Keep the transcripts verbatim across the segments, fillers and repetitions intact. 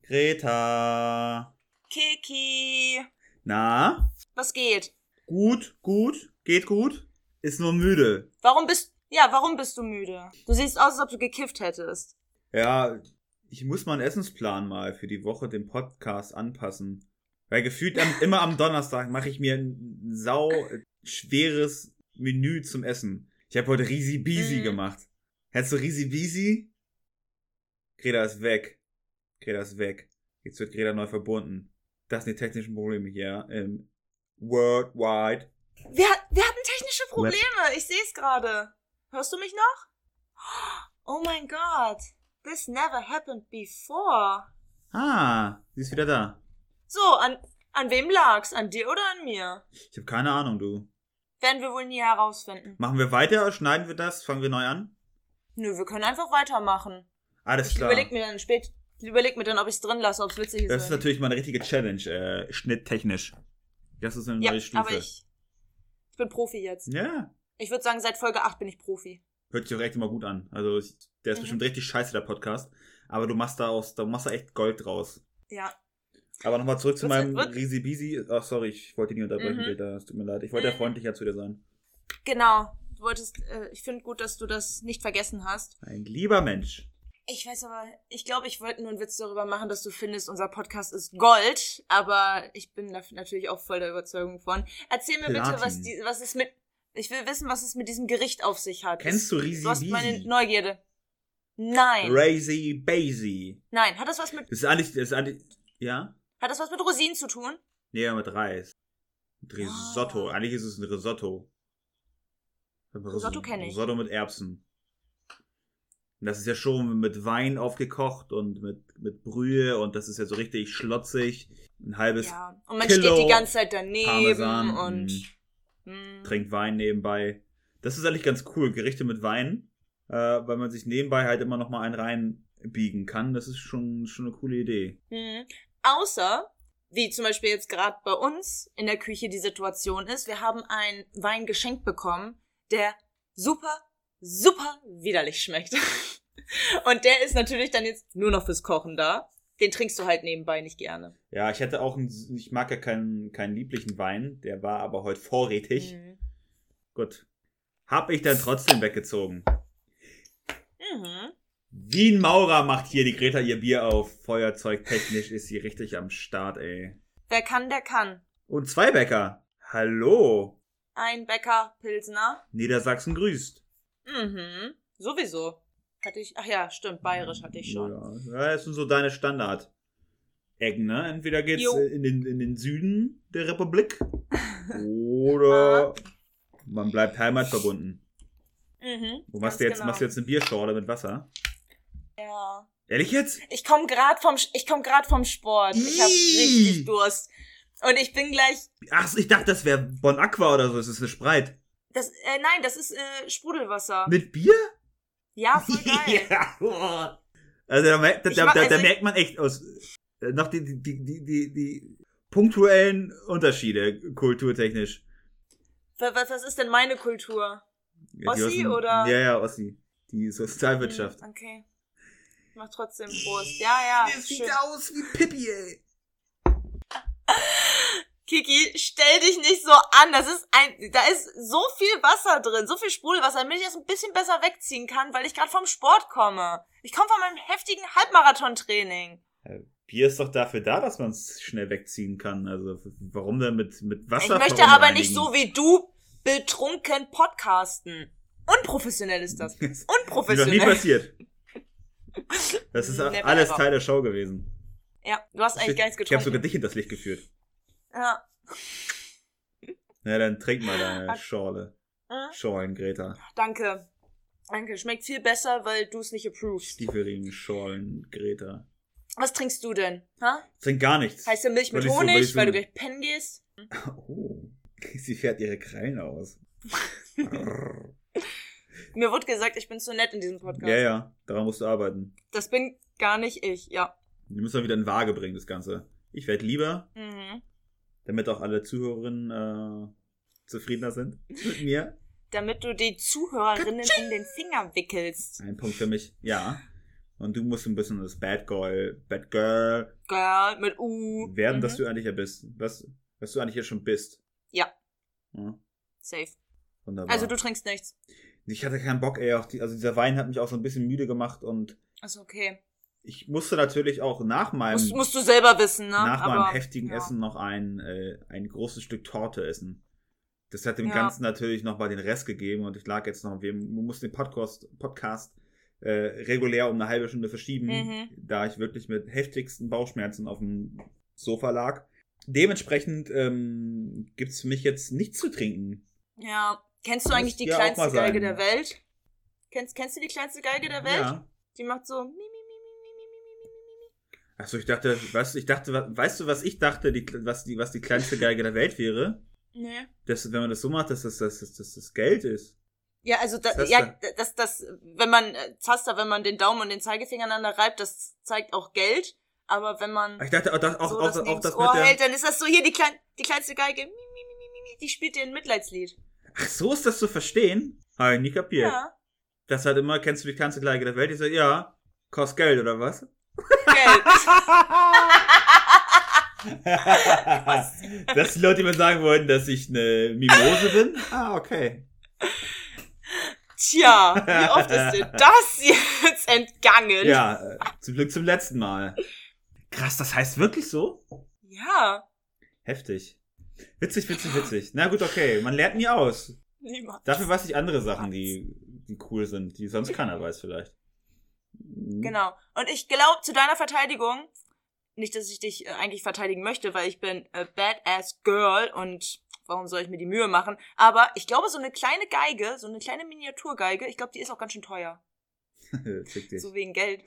Greta. Kiki. Na? Was geht? Gut, gut, geht gut. Ist nur müde. Warum bist, ja, warum bist du müde? Du siehst aus, als ob du gekifft hättest. Ja, ich muss meinen Essensplan mal für die Woche den Podcast anpassen. Weil gefühlt am, immer am Donnerstag mache ich mir ein sau schweres Menü zum Essen. Ich habe heute Risi Bisi Mhm. gemacht. Hättest du Risi Bisi? Greta ist weg. Greta ist weg. Jetzt wird Greta neu verbunden. Das sind die technischen Probleme hier im Worldwide. Wir, wir hatten technische Probleme. Ich sehe es gerade. Hörst du mich noch? Oh mein Gott. This never happened before. Ah, sie ist wieder da. So, an, an wem lag's? An dir oder an mir? Ich habe keine Ahnung, du. Werden wir wohl nie herausfinden. Machen wir weiter? Schneiden wir das? Fangen wir neu an? Nö, wir können einfach weitermachen. Alles Ich klar. überleg mir dann spät, ich überleg mir dann, ob ich's drin lasse, ob's witzig ist. Das ist oder natürlich mal eine richtige Challenge, äh, schnitttechnisch. Das ist eine nicht. neue Ja, Stufe. aber ich, ich bin Profi jetzt. Ja. Ich würde sagen, seit Folge acht bin ich Profi. Hört sich auch echt immer gut an. Also, ich- der ist Mhm. bestimmt richtig scheiße, der Podcast. Aber du machst da aus, da machst du echt Gold draus. Ja. Aber nochmal zurück zu Wird's- meinem wird- Risi Bisi. Ach, sorry, ich wollte dich nicht unterbrechen, Mhm. Greta. Es tut mir leid. Ich wollte ja Mhm. freundlicher zu dir sein. Genau. Du wolltest, äh, ich finde gut, dass du das nicht vergessen hast. Ein lieber Mensch. Ich weiß aber, ich glaube, ich wollte nur einen Witz darüber machen, dass du findest, unser Podcast ist Gold, aber ich bin da natürlich auch voll der Überzeugung von. Erzähl mir bitte, Platin. was die, was es mit, ich will wissen, was es mit diesem Gericht auf sich hat. Kennst du Risi Du hast meine Bisi? Neugierde. Nein. Risi Basi. Nein. Hat das was mit, Das ist eigentlich, das ist eigentlich, ja? hat das was mit Rosinen zu tun? Nee, ja, mit Reis. Mit Risotto. Ah. Eigentlich ist es ein Risotto. Risotto kenn ich. Risotto mit Erbsen. Und das ist ja schon mit Wein aufgekocht und mit, mit Brühe und das ist ja so richtig schlotzig. Ein halbes Ja. Und man Kilo steht die ganze Zeit daneben Parmesan und, mm, mh. trinkt Wein nebenbei. Das ist eigentlich ganz cool, Gerichte mit Wein, äh, weil man sich nebenbei halt immer noch mal einen reinbiegen kann. Das ist schon, schon eine coole Idee. Mhm. Außer, wie zum Beispiel jetzt gerade bei uns in der Küche die Situation ist, wir haben einen Wein geschenkt bekommen, der super, super widerlich schmeckt. Und der ist natürlich dann jetzt nur noch fürs Kochen da. Den trinkst du halt nebenbei nicht gerne. Ja, ich hätte auch, einen, ich mag ja keinen, keinen lieblichen Wein, der war aber heute vorrätig. Mhm. Gut. Hab ich dann trotzdem weggezogen. Mhm. Wie ein Maurer macht hier die Greta ihr Bier auf. Feuerzeugtechnisch ist sie richtig am Start, ey. Wer kann, der kann. Und zwei Bäcker. Hallo. Ein Bäcker Pilsner. Niedersachsen grüßt. Mhm. Sowieso. Hatte ich, ach ja, stimmt, bayerisch hatte ich schon. Ja, ja, das sind so deine Standard-Ecken, ne? Entweder geht's Jo. in den, in den Süden der Republik oder man bleibt heimatverbunden. Mhm. Wo machst ganz du jetzt, genau. machst du jetzt eine Bierschorle mit Wasser? Ja. Ehrlich jetzt? Ich komme gerade vom, ich komm grad vom Sport. Ich habe Ih. richtig Durst. Und ich bin gleich, Ach, ich dachte, das wäre Bon Aqua oder so. Das ist eine Spreit. das, äh, nein, das ist äh, Sprudelwasser. Mit Bier? Ja, voll geil. Ja, boah. Also da, merkt- da, Ich da, mach- da, also da ich- merkt man echt aus äh, noch die, die, die, die, die, die punktuellen Unterschiede kulturtechnisch. Was, was was ist denn meine Kultur? Ja, die Ossi aus dem- oder- Ja, ja, Ossi. Die Sozialwirtschaft. Hm, okay. Ich mach trotzdem Prost. Ja, ja. Das sieht Schön. aus wie Pippi, ey. Kiki, stell dich nicht so an. Das ist ein, da ist so viel Wasser drin, so viel Sprudelwasser, damit ich das ein bisschen besser wegziehen kann, weil ich gerade vom Sport komme. Ich komme von meinem heftigen Halbmarathon-Training. Bier ist doch dafür da, dass man es schnell wegziehen kann. Also warum denn mit, mit Wasser Ich möchte aber nicht verunreinigen? so wie du betrunken podcasten. Unprofessionell ist das. Ist noch nie Unprofessionell. passiert. Das ist Never alles ever. Teil der Show gewesen. Ja, du hast eigentlich gar nichts Ich habe sogar getrunken. dich in das Licht geführt. Ja. Na, dann trink mal deine Schorle. Hm? Schorlen, Greta. Danke. Danke. Schmeckt viel besser, weil du es nicht approvest. Stiefeligen Schorlen, Greta. Was trinkst du denn? Ha? Ich trink gar nichts. Heiße Milch mit Weil ich so- Honig, weil ich so- weil du gleich pennen gehst? Oh, sie fährt ihre Krallen aus. Mir wurde gesagt, ich bin zu nett in diesem Podcast. Ja, ja, daran musst du arbeiten. Das bin gar nicht ich, ja. Wir müssen mal wieder in Waage bringen, das Ganze. Ich werde lieber, Mhm. damit auch alle Zuhörerinnen äh, zufriedener sind mit mir. Damit du die Zuhörerinnen um den Finger wickelst. Ein Punkt für mich. Ja. Und du musst ein bisschen das Bad Girl, Bad Girl Girl mit U. werden, Mhm. dass du eigentlich ja bist. Was, was du eigentlich ja schon bist. Ja. Ja, Safe. wunderbar. Also du trinkst nichts. Ich hatte keinen Bock, ey. Auch die, also dieser Wein hat mich auch so ein bisschen müde gemacht und Ist okay. ich musste natürlich auch nach meinem, Musst, musst du selber wissen, ne? nach Aber, meinem heftigen ja. Essen noch ein, äh, ein großes Stück Torte essen. Das hat dem Ja. Ganzen natürlich nochmal den Rest gegeben und ich lag jetzt noch, wir mussten den Podcast, Podcast äh, regulär um eine halbe Stunde verschieben, Mhm. da ich wirklich mit heftigsten Bauchschmerzen auf dem Sofa lag. Dementsprechend ähm, gibt es für mich jetzt nichts zu trinken. Ja. Kennst du Muss eigentlich die ja auch mal kleinste Geige sein. der Welt? Kennst, kennst du die kleinste Geige der Welt? Ja. Die macht so mi, mi, mi, mi, mi, mi, mi, mi, mi. Achso, ich dachte, weißt du, ich dachte, wa- weißt du, was ich dachte, die, was, die, was die kleinste Geige der Welt wäre? Nee. Dass, wenn man das so macht, dass das, dass das, dass das Geld ist. Ja, also da, Zaster. ja, das, das, wenn man äh, Zaster, wenn man den Daumen und den Zeigefinger aneinander reibt, das zeigt auch Geld. Aber wenn man Ich dachte auch, das, auch, so auch, das, auch neben das das mit Ohr der... hält, dann ist das so hier die, klein, die kleinste Geige. Mi, mi, mi, mi, mi, mi, die spielt dir ein Mitleidslied. Ach, so ist das zu verstehen? Habe ich nie kapiert. Ja, Das hat immer, kennst du die kleinste Geige der Welt? Ich sag, ja, kostet Geld, oder was? Geld. Dass die Leute mir sagen wollten, dass ich eine Mimose bin? Ah, okay. Tja, wie oft ist dir das jetzt entgangen? Ja, äh, zum Glück zum letzten Mal. Krass, das heißt wirklich so? Ja. Heftig. Witzig, witzig, witzig. Na gut, okay. Man lernt nie aus. Niemals. Dafür weiß ich andere Sachen, die, die cool sind, die sonst keiner weiß vielleicht. Mhm. Genau. Und ich glaube, zu deiner Verteidigung, nicht, dass ich dich äh, eigentlich verteidigen möchte, weil ich bin a badass girl und warum soll ich mir die Mühe machen? Aber ich glaube, so eine kleine Geige, so eine kleine Miniaturgeige, ich glaube, die ist auch ganz schön teuer. Fick dich. So wegen Geld.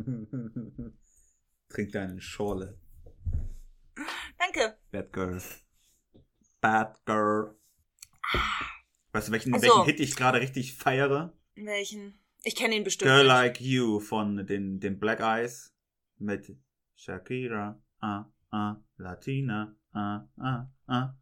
Trink deine Schorle. Danke. Bad Girl. Bad Girl. Weißt du, welchen, Also- welchen Hit ich gerade richtig feiere? Welchen? Ich kenne ihn bestimmt Girl nicht. Like You von den, den Black Eyes mit Shakira, ah, ah, Latina, ah, ah, ah.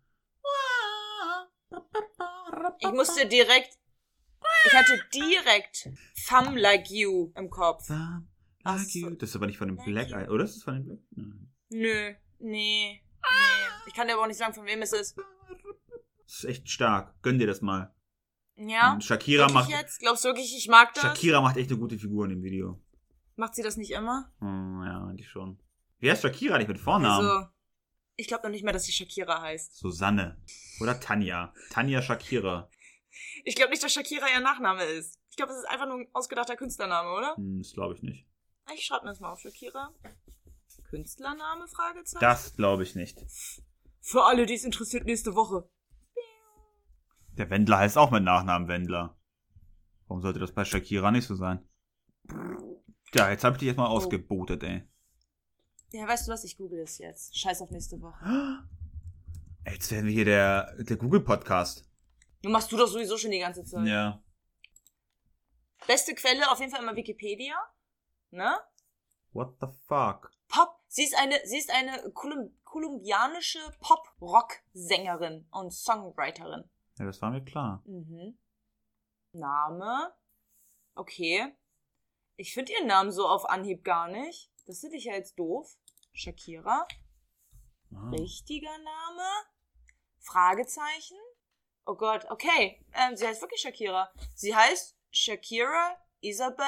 Ich musste direkt, ich hatte direkt Femme Like You im Kopf. Some Ach like so. you. Das ist aber nicht von den Like Black you. Eyes, oder? Ist das von den Black? Nein. Nö, nee, nee. Ich kann dir aber auch nicht sagen, von wem es ist. Das ist echt stark. Gönn dir das mal. Ja? Und Shakira Wirklich macht, jetzt? Glaubst du wirklich, ich mag das? Shakira macht echt eine gute Figur in dem Video. Macht sie das nicht immer? Hm, ja, eigentlich schon. Wie heißt Shakira nicht mit Vornamen? Also, ich glaube noch nicht mal, dass sie Shakira heißt. Susanne. Oder Tanja. Tanja Shakira. Ich glaube nicht, dass Shakira ihr Nachname ist. Ich glaube, das ist einfach nur ein ausgedachter Künstlername, oder? Hm, das glaube ich nicht. Ich schreibe mir das mal auf. Shakira. Künstlername? Fragezeichen. Das glaube ich nicht. Für alle, die es interessiert, nächste Woche. Der Wendler heißt auch mit Nachnamen Wendler. Warum sollte das bei Shakira nicht so sein? Ja, jetzt habe ich dich erstmal Oh. ausgebotet, ey. Ja, weißt du was? Ich google es jetzt. Scheiß auf nächste Woche. Jetzt werden wir hier der, der Google-Podcast. Du machst du doch sowieso schon die ganze Zeit. Ja. Beste Quelle auf jeden Fall immer Wikipedia. Ne? What the fuck? Pop. Sie ist eine, sie ist eine Kolum kolumbianische Pop-Rock-Sängerin und Songwriterin. Ja, das war mir klar. Mhm. Name. Okay. Ich finde ihren Namen so auf Anhieb gar nicht. Das finde ich ja jetzt doof. Shakira. Ah. Richtiger Name? Fragezeichen? Oh Gott, okay. Ähm, sie heißt wirklich Shakira. Sie heißt Shakira Isabel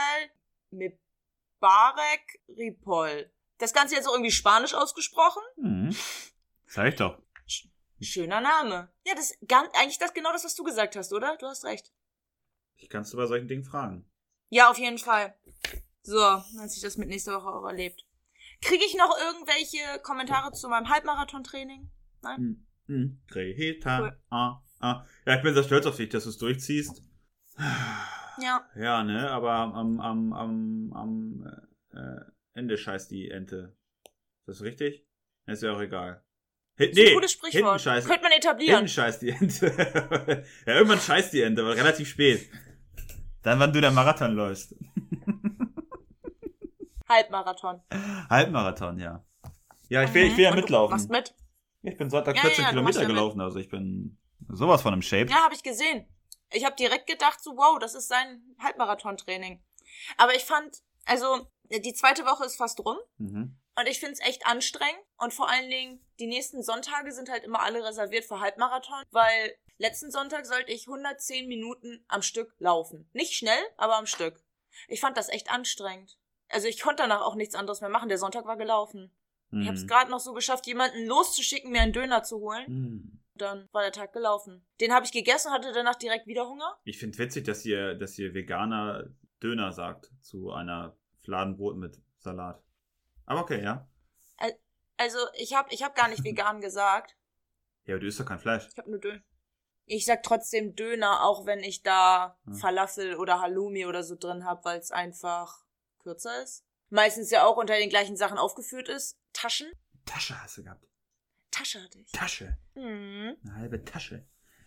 Mebarek Ripoll. Das Ganze jetzt auch irgendwie Spanisch ausgesprochen? Mhm. Sag ich doch. Schöner Name. Ja, das ist ganz, eigentlich das genau das, was du gesagt hast, oder? Du hast recht. Ich kannst du bei solchen Dingen fragen. Ja, auf jeden Fall. So, dann hat sich das mit nächster Woche auch erlebt. Kriege ich noch irgendwelche Kommentare zu meinem Halbmarathon-Training? Nein? Mhm. Mhm. Greta. Cool. Ah, ah. Ja, ich bin sehr stolz auf dich, dass du es durchziehst. Ja. Ja, ne, aber am, am, am, am äh, Ende scheißt die Ente. Ist das richtig? Ist ja auch egal. H Das ist ein cooles Sprichwort. scheißt, Könnte man etablieren. hinten scheißt die Ente. Ja, irgendwann scheißt die Ente, aber relativ spät. Dann, wann du der Marathon läufst. Halbmarathon. Halbmarathon, ja. Ja, ich will, ich will ja Und du mitlaufen. machst mit? Ich bin Sonntag Ja, vierzehn ja, ja, du machst Kilometer ja mit. gelaufen, also ich bin sowas von im Shape. Ja, habe ich gesehen. Ich habe direkt gedacht, so wow, das ist sein Halbmarathon-Training. Aber ich fand, also Die zweite Woche ist fast rum. Mhm. Und ich finde es echt anstrengend. Und vor allen Dingen, die nächsten Sonntage sind halt immer alle reserviert für Halbmarathon. Weil letzten Sonntag sollte ich hundertzehn Minuten am Stück laufen. Nicht schnell, aber am Stück. Ich fand das echt anstrengend. Also ich konnte danach auch nichts anderes mehr machen. Der Sonntag war gelaufen. Mhm. Ich habe es gerade noch so geschafft, jemanden loszuschicken, mir einen Döner zu holen. Mhm. Dann war der Tag gelaufen. Den habe ich gegessen und hatte danach direkt wieder Hunger. Ich finde witzig, dass ihr, dass ihr Veganer Döner sagt zu einer Fladenbrot mit Salat. Aber okay, ja. Also ich habe ich hab gar nicht vegan gesagt. Ja, aber du isst doch kein Fleisch. Ich habe nur Döner. Ich sag trotzdem Döner, auch wenn ich da Hm. Falafel oder Halloumi oder so drin habe, weil es einfach kürzer ist. Meistens ja auch unter den gleichen Sachen aufgeführt ist. Taschen. Tasche hast du gehabt. Tasche hatte ich. Tasche. Mhm. Eine halbe Tasche.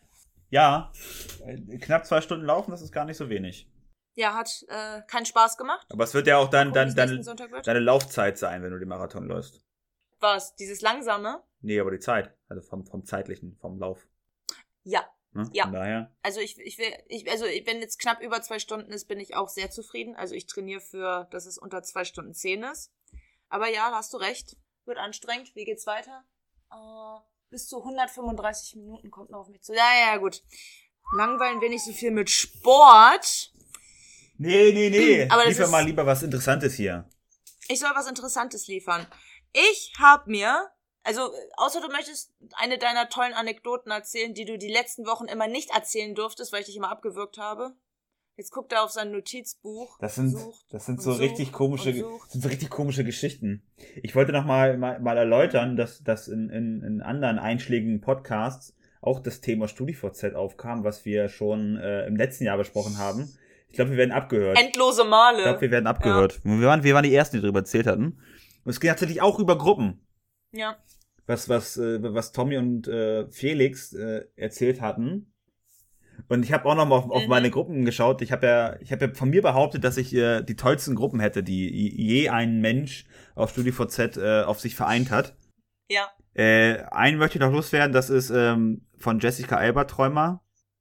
Ja, äh, knapp zwei Stunden laufen, das ist gar nicht so wenig. Ja, hat äh, keinen Spaß gemacht. Aber es wird ja auch dann, Gucken, dann, wie es dann nächsten Sonntag wird. deine Laufzeit sein, wenn du den Marathon läufst. Was? Dieses Langsame? Nee, aber die Zeit. Also vom, vom zeitlichen, vom Lauf. Ja. Ne? Ja. Von daher. Also ich, ich will, ich, also wenn jetzt knapp über zwei Stunden ist, bin ich auch sehr zufrieden. Also ich trainiere für, dass es unter zwei Stunden zehn ist. Aber ja, hast du recht. Wird anstrengend. Wie geht's weiter? Uh, bis zu hundertfünfunddreißig Minuten kommt noch auf mich zu. Ja, ja, gut. Langweilen wir nicht so viel mit Sport. Nee, nee, nee. Aber das Liefer ist- mal lieber was Interessantes hier. Ich soll was Interessantes liefern. Ich hab mir, also außer du möchtest eine deiner tollen Anekdoten erzählen, die du die letzten Wochen immer nicht erzählen durftest, weil ich dich immer abgewürgt habe. Jetzt guckt er auf sein Notizbuch. Das sind, sucht das sind und so sucht richtig komische, und sucht. das sind so richtig komische Geschichten. Ich wollte noch mal, mal, mal erläutern, dass, dass in, in, in anderen einschlägigen Podcasts auch das Thema StudiVZ aufkam, was wir schon äh, im letzten Jahr besprochen haben. Ich glaube, wir werden abgehört. Endlose Male. Ich glaube, wir werden abgehört. Wir, waren, wir waren die Ersten, die darüber erzählt hatten. Und es geht tatsächlich auch über Gruppen. Ja. Was, was, äh, was Tommy und äh, Felix äh, erzählt hatten. Und ich habe auch noch mal auf, auf Mhm. meine Gruppen geschaut. Ich habe ja, ich habe ja von mir behauptet, dass ich äh, die tollsten Gruppen hätte, die je ein Mensch auf StudiVZ äh, auf sich vereint hat. Ja. Äh, einen möchte ich noch loswerden, das ist ähm, von Jessica Alberträumer.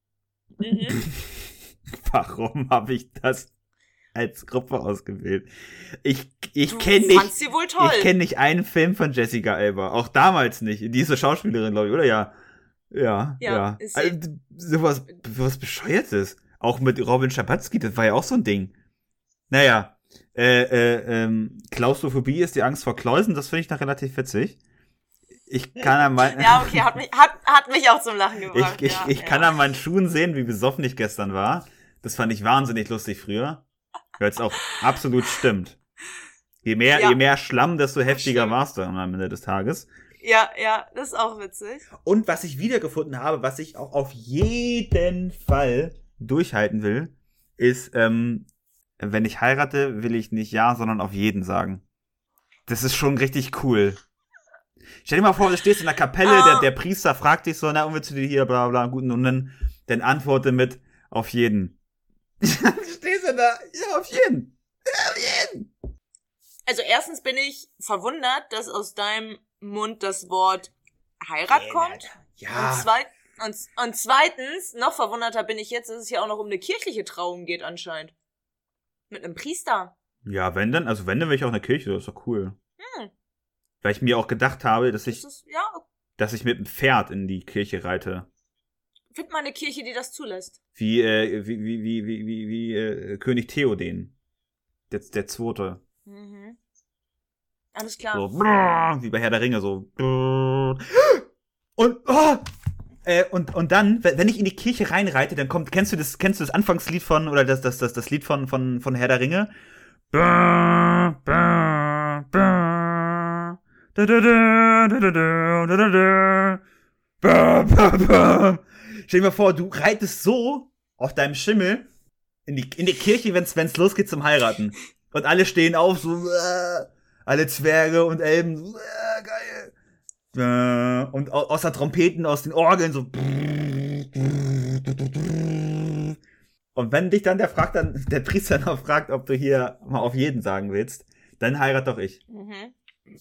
Mhm. Warum habe ich das als Gruppe ausgewählt? Ich, ich Du kenne nicht, fandst sie wohl toll. ich kenne nicht einen Film von Jessica Alba. Auch damals nicht. Die ist so Schauspielerin, glaube ich, oder? Ja. Ja, Ja, ja. ist sie. Also, sowas, sowas Bescheuertes. Auch mit Robin Schabatzky, das war ja auch so ein Ding. Naja, äh, äh, ähm, Klaustrophobie ist die Angst vor Kläusen, das finde ich noch relativ witzig. Ich kann an meinen, Ja, okay, hat mich, hat, hat mich auch zum Lachen gebracht. ich, ich, ja, ich ja. kann an meinen Schuhen sehen, wie besoffen ich gestern war. Das fand ich wahnsinnig lustig früher. Weil es auch absolut stimmt. Je mehr, Ja. je mehr Schlamm, desto heftiger stimmt. warst du am Ende des Tages. Ja, ja, das ist auch witzig. Und was ich wiedergefunden habe, was ich auch auf jeden Fall durchhalten will, ist, ähm, wenn ich heirate, will ich nicht ja, sondern auf jeden sagen. Das ist schon richtig cool. Stell dir mal vor, du stehst in der Kapelle, Ah. der, der Priester fragt dich so, na, und willst du dir hier, bla, bla, gut, und dann, dann antworte mit, auf jeden. Dann stehst du da, ja, auf jeden. Ja, auf jeden. Also erstens bin ich verwundert, dass aus deinem Mund das Wort Heirat kommt. Ja. Und, zweit, und, und zweitens, noch verwunderter bin ich jetzt, dass es hier auch noch um eine kirchliche Trauung geht anscheinend. Mit einem Priester. Ja, wenn dann, also wenn, dann will ich auch in der Kirche, das ist doch cool. Hm. Weil ich mir auch gedacht habe, dass Das ich, ist, ja, dass ich mit dem Pferd in die Kirche reite. find mal eine Kirche, die das zulässt. Wie, äh, wie, wie, wie, wie, wie, wie äh, König Theoden. Der, der Zweite. Mhm. Alles klar. So, brrr, wie bei Herr der Ringe, so. brrr. Und, oh, äh, und, und dann, wenn wenn ich in die Kirche reinreite, dann kommt, kennst du das, kennst du das Anfangslied von, oder das, das, das, das Lied von, von, von Herr der Ringe? Brrr, brrr, brrr, da, da, da, da, da, da, da, da, da. Brrr, brrr, brrr. Stell dir mal vor, du reitest so auf deinem Schimmel in die, in die Kirche, wenn's, wenn's losgeht zum Heiraten. Und alle stehen auf, so, äh, alle Zwerge und Elben, so, äh, geil. Äh, und au- außer Trompeten, aus den Orgeln, so. Und wenn dich dann der fragt, dann, der Priester noch fragt, ob du hier mal auf jeden sagen willst, dann heirat doch ich. Mhm.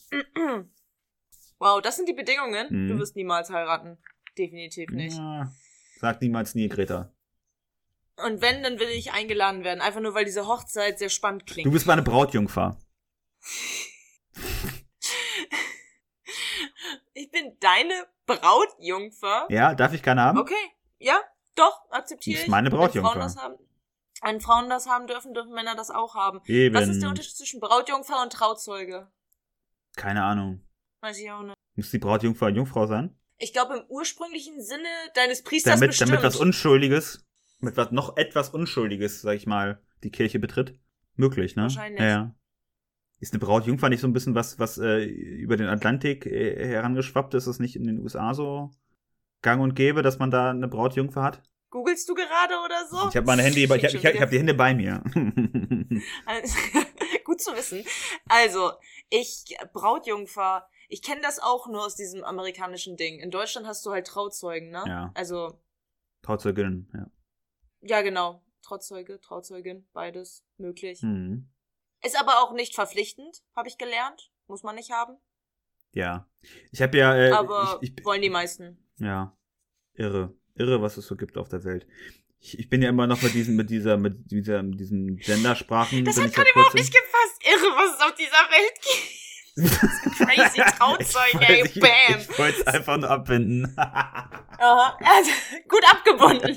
Wow, das sind die Bedingungen. Mhm. Du wirst niemals heiraten. Definitiv nicht. Ja, sag niemals nie, Greta. Und wenn, dann will ich eingeladen werden. Einfach nur, weil diese Hochzeit sehr spannend klingt. Du bist meine Brautjungfer. Ich bin deine Brautjungfer. Ja, darf ich keine haben? Okay, ja, doch, akzeptiere ich. Das ist meine Brautjungfer. Wenn Frauen das haben, wenn Frauen das haben dürfen, dürfen Männer das auch haben. Eben. Was ist der Unterschied zwischen Brautjungfer und Trauzeuge? Keine Ahnung. Weiß ich auch nicht. Muss die Brautjungfer Jungfrau sein? Ich glaube, im ursprünglichen Sinne deines Priesters Damit, bestimmt. damit was Unschuldiges, mit was noch etwas Unschuldiges, sag ich mal, die Kirche betritt. Möglich, ne? Wahrscheinlich. Ja, ja. Ist eine Brautjungfer nicht so ein bisschen was, was äh, über den Atlantik äh, herangeschwappt ist? Ist das nicht in den U S A so gang und gäbe, dass man da eine Brautjungfer hat? Googlest du gerade oder so? Ich habe meine Hände, ich, ich, ich, ich habe die Hände bei mir. Also, gut zu wissen. Also, ich, Brautjungfer, ich kenne das auch nur aus diesem amerikanischen Ding. In Deutschland hast du halt Trauzeugen, ne? Ja. Also. Trauzeugin, ja. Ja, genau. Trauzeuge, Trauzeugin, beides möglich. Mhm. Ist aber auch nicht verpflichtend, habe ich gelernt. Muss man nicht haben. Ja. Ich habe ja... Äh, aber ich, ich, wollen die meisten. Ja. Irre. Irre, was es so gibt auf der Welt. Ich, ich bin ja immer noch mit diesem, mit dieser, mit dieser, mit diesen Gendersprachen. Das bin hat ich ja gerade überhaupt kurz nicht gepasst. Irre, was es auf dieser Welt gibt. Crazy Trauzeuge, ey, ich, bam. Ich wollte es einfach nur abbinden. Aha, also, gut abgebunden.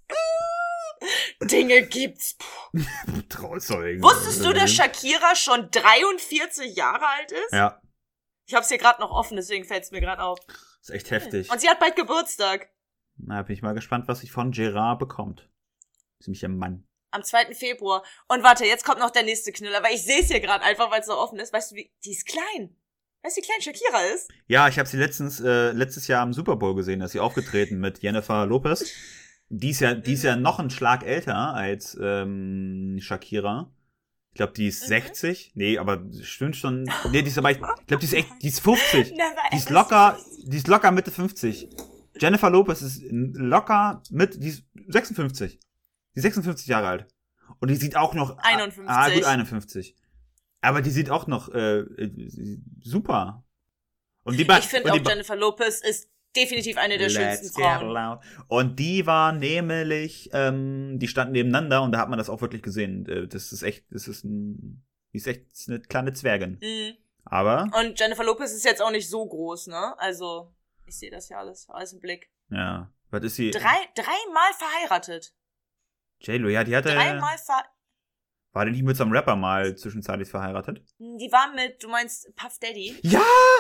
Dinge gibt's. Trauzeugen. Wusstest du, dass Shakira schon dreiundvierzig Jahre alt ist? Ja. Ich hab's hier gerade noch offen, deswegen fällt's mir gerade auf. Das ist echt heftig. Und sie hat bald Geburtstag. Na, bin ich mal gespannt, was sie von Gerard bekommt. Das ist nämlich ein Mann. Am zweiten Februar. Und warte, jetzt kommt noch der nächste Knüller, weil ich sehe es hier gerade einfach, weil es so offen ist. Weißt du, wie, die ist klein. Weißt du, wie klein Shakira ist? Ja, ich habe sie letztens, äh, letztes Jahr im Super Bowl gesehen, dass sie aufgetreten mit Jennifer Lopez. Die ist ja, die ist ja noch einen Schlag älter als ähm, Shakira. Ich glaube, die ist mhm. sechzig. Nee, aber stimmt schon. Nee, die ist aber, ich glaube, die ist echt, die ist fünfzig. Die ist locker, die ist locker Mitte fünfzig. Jennifer Lopez ist locker mit, die ist sechsundfünfzig. Die ist sechsundfünfzig Jahre alt. Und die sieht auch noch... einundfünfzig. Ah, gut, einundfünfzig. Aber die sieht auch noch äh, super. Und die ich finde auch, die Jennifer Lopez ist definitiv eine der schönsten Frauen. Und die war nämlich, ähm, die standen nebeneinander und da hat man das auch wirklich gesehen. Das ist echt, das ist ein, die ist echt eine kleine Zwergin. Mhm. Aber... Und Jennifer Lopez ist jetzt auch nicht so groß, ne? Also, ich sehe das ja alles, alles im Blick. Ja. Was ist sie? Drei, dreimal verheiratet. J-Lo, ja, die hatte... Dreimal ver... War die nicht mit so einem Rapper mal zwischenzeitlich verheiratet? Die war mit, du meinst Puff Daddy? Ja!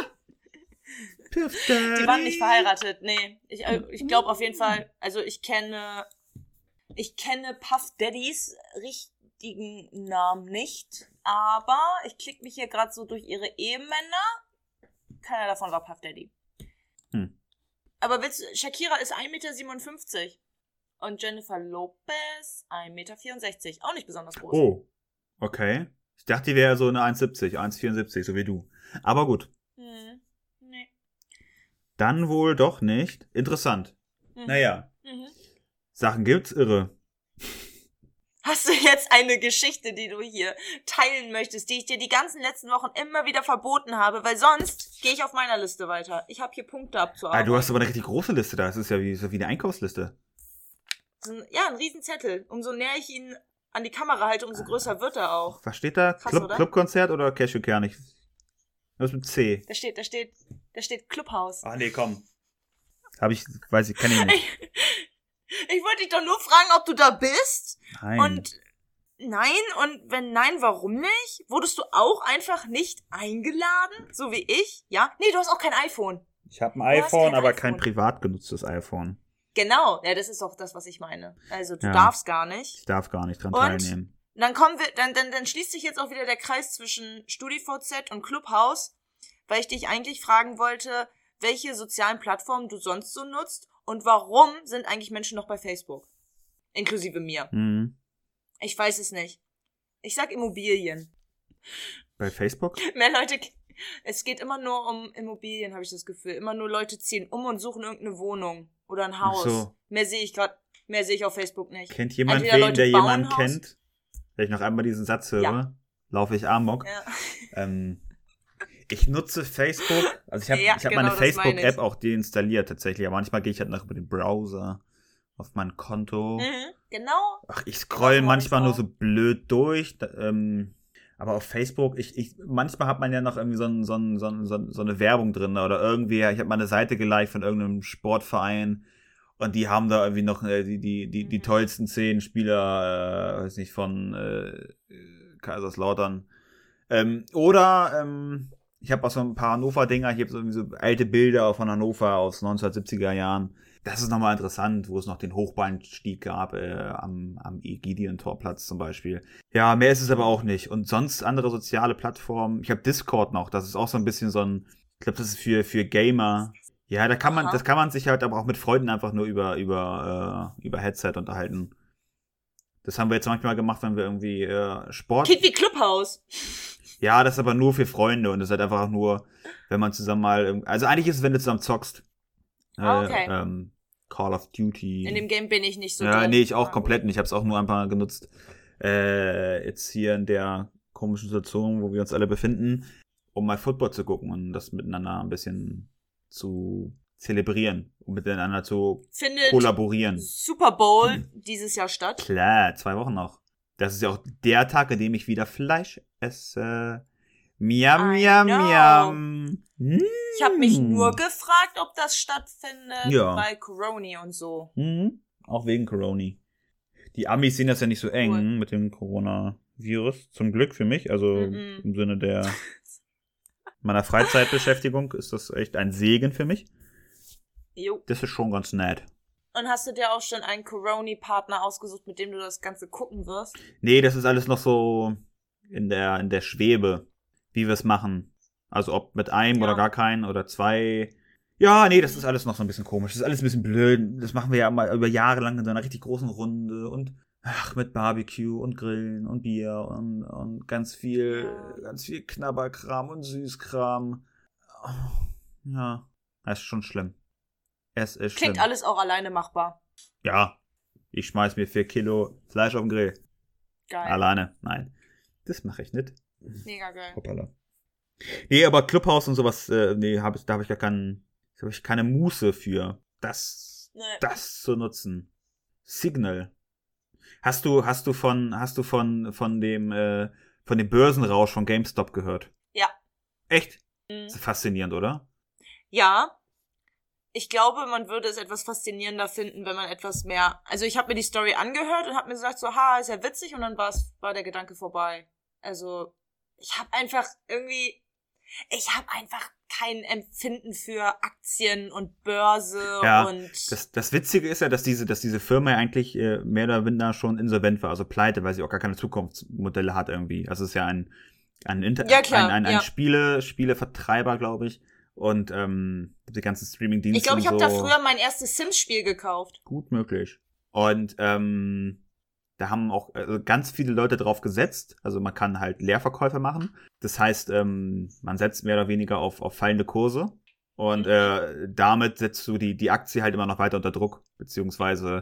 Puff Daddy! Die waren nicht verheiratet, nee. Ich, ich glaube auf jeden Fall, also ich kenne, ich kenne Puff Daddys richtigen Namen nicht, aber ich klicke mich hier gerade so durch ihre Ehemänner. Keiner davon war Puff Daddy. Hm. Aber willst du, Shakira ist ein Meter siebenundfünfzig. Und Jennifer Lopez ein Meter vierundsechzig. Auch nicht besonders groß. Oh, okay. Ich dachte, die wäre so eine eins siebzig, eins vierundsiebzig, so wie du. Aber gut. Hm, nee. Dann wohl doch nicht. Interessant. Mhm. Naja. Mhm. Sachen gibt's, irre. Hast du jetzt eine Geschichte, die du hier teilen möchtest, die ich dir die ganzen letzten Wochen immer wieder verboten habe? Weil sonst gehe ich auf meiner Liste weiter. Ich habe hier Punkte abzuarbeiten. Ah, du hast aber eine richtig große Liste da. Das ist ja wie, so wie eine Einkaufsliste. Ja, ein Riesenzettel. Umso näher ich ihn an die Kamera halte, umso größer wird er auch. Was steht da? Krass, Club, oder? Clubkonzert oder Cashewkern? Was mit C? Da steht, da steht, da steht Clubhaus. Ah, nee, komm. Hab ich, weiß ich, kann ich nicht. Ich wollte dich doch nur fragen, ob du da bist. Nein. Und nein, und wenn nein, warum nicht? Wurdest du auch einfach nicht eingeladen? So wie ich? Ja? Nee, du hast auch kein iPhone. Ich habe ein iPhone, kein aber iPhone. Kein privat genutztes iPhone. Genau, ja, das ist auch das, was ich meine. Also, du ja, darfst gar nicht. Ich darf gar nicht dran und teilnehmen. Dann kommen wir, dann, dann, dann schließt sich jetzt auch wieder der Kreis zwischen StudiVZ und Clubhouse, weil ich dich eigentlich fragen wollte, welche sozialen Plattformen du sonst so nutzt und warum sind eigentlich Menschen noch bei Facebook? Inklusive mir. Mhm. Ich weiß es nicht. Ich sag Immobilien. Bei Facebook? Mehr Leute, es geht immer nur um Immobilien, habe ich das Gefühl. Immer nur Leute ziehen um und suchen irgendeine Wohnung. Oder ein Haus. So. Mehr sehe ich gerade, mehr sehe ich auf Facebook nicht. Kennt jemand wen, der jemanden kennt? Wenn ich noch einmal diesen Satz höre, ja. laufe ich Amok. Ja. Ähm, ich nutze Facebook, also ich habe ja, ich hab genau, meine Facebook-App auch deinstalliert tatsächlich, aber manchmal gehe ich halt noch über den Browser auf mein Konto. Mhm, genau. Ach, ich scroll genau, manchmal nur so blöd durch. Ähm, Aber auf Facebook, ich, ich, manchmal hat man ja noch irgendwie so, ein, so, ein, so, ein, so eine Werbung drin oder irgendwie, ich habe mal eine Seite geliked von irgendeinem Sportverein und die haben da irgendwie noch äh, die, die, die, die tollsten zehn Spieler, äh, weiß nicht, von äh, Kaiserslautern. Ähm, oder ähm, ich habe auch so ein paar Hannover-Dinger, ich habe so, so alte Bilder von Hannover aus neunzehnhundertsiebziger Jahren. Das ist nochmal interessant, wo es noch den Hochbahnstieg gab, äh, am, am Gideon-Torplatz zum Beispiel. Ja, mehr ist es aber auch nicht. Und sonst andere soziale Plattformen. Ich habe Discord noch, das ist auch so ein bisschen so ein, ich glaube, das ist für, für Gamer. Ja, da kann man, das kann man sich halt aber auch mit Freunden einfach nur über, über, äh, über Headset unterhalten. Das haben wir jetzt manchmal gemacht, wenn wir irgendwie äh, Sport... Klingt wie Clubhouse. Ja, das ist aber nur für Freunde und das ist halt einfach nur, wenn man zusammen mal... Also eigentlich ist es, wenn du zusammen zockst. Ah, okay. Äh, ähm, Call of Duty. In dem Game bin ich nicht so Ja, drin. nee, ich auch komplett nicht. Ich habe es auch nur ein paar genutzt. Äh, jetzt hier in der komischen Situation, wo wir uns alle befinden, um mal Football zu gucken und das miteinander ein bisschen zu zelebrieren und miteinander zu Findet kollaborieren. Super Bowl hm. dieses Jahr statt? Klar, zwei Wochen noch. Das ist ja auch der Tag, an dem ich wieder Fleisch esse. Miam, miam, miam. Mm. Ich habe mich nur gefragt, ob das stattfindet ja. bei Corona und so. Mhm. Auch wegen Corona. Die Amis sehen das ja nicht so eng cool. mit dem Coronavirus. Zum Glück für mich. Also mm-mm. im Sinne der meiner Freizeitbeschäftigung ist das echt ein Segen für mich. Jo. Das ist schon ganz nett. Und hast du dir auch schon einen Corona-Partner ausgesucht, mit dem du das Ganze gucken wirst? Nee, das ist alles noch so in der, in der Schwebe, wie wir es machen. Also ob mit einem ja. oder gar keinen oder zwei. Ja, nee, das ist alles noch so ein bisschen komisch. Das ist alles ein bisschen blöd. Das machen wir ja mal über Jahre lang in so einer richtig großen Runde und ach, mit Barbecue und Grillen und Bier und, und ganz viel, ja. ganz viel Knabberkram und Süßkram. Ja, das ist schon schlimm. Es ist Klingt schlimm. Alles auch alleine machbar. Ja, ich schmeiß mir vier Kilo Fleisch auf den Grill. Geil. Alleine, nein. Das mache ich nicht. Mega geil. Hoppala. Nee, aber Clubhouse und sowas, äh, nee, hab ich, da habe ich gar keinen, da habe ich keine Muße für, das, nee. das zu nutzen. Signal. Hast du, hast du von, hast du von, von dem, äh, von dem Börsenrausch von GameStop gehört? Ja. Echt? Mhm. Das ist faszinierend, oder? Ja. Ich glaube, man würde es etwas faszinierender finden, wenn man etwas mehr... Also ich habe mir die Story angehört und habe mir gesagt, so, ha, ist ja witzig, und dann war's, war der Gedanke vorbei. Also ich habe einfach irgendwie... Ich habe einfach kein Empfinden für Aktien und Börse ja, und... Das, das Witzige ist ja, dass diese, dass diese Firma ja eigentlich äh, mehr oder minder schon insolvent war, also pleite, weil sie auch gar keine Zukunftsmodelle hat irgendwie. Also es ist ja ein, ein, Inter- ja, klar, ein, ein, ein ja. Spiele, Spielevertreiber, glaube ich. Und ähm, die ganzen Streaming-Dienste. Ich glaube, ich habe so. da früher mein erstes Sims-Spiel gekauft. Gut möglich. Und ähm, da haben auch also ganz viele Leute drauf gesetzt. Also man kann halt Leerverkäufe machen. Das heißt, ähm, man setzt mehr oder weniger auf, auf fallende Kurse. Und äh, damit setzt du die, die Aktie halt immer noch weiter unter Druck. Beziehungsweise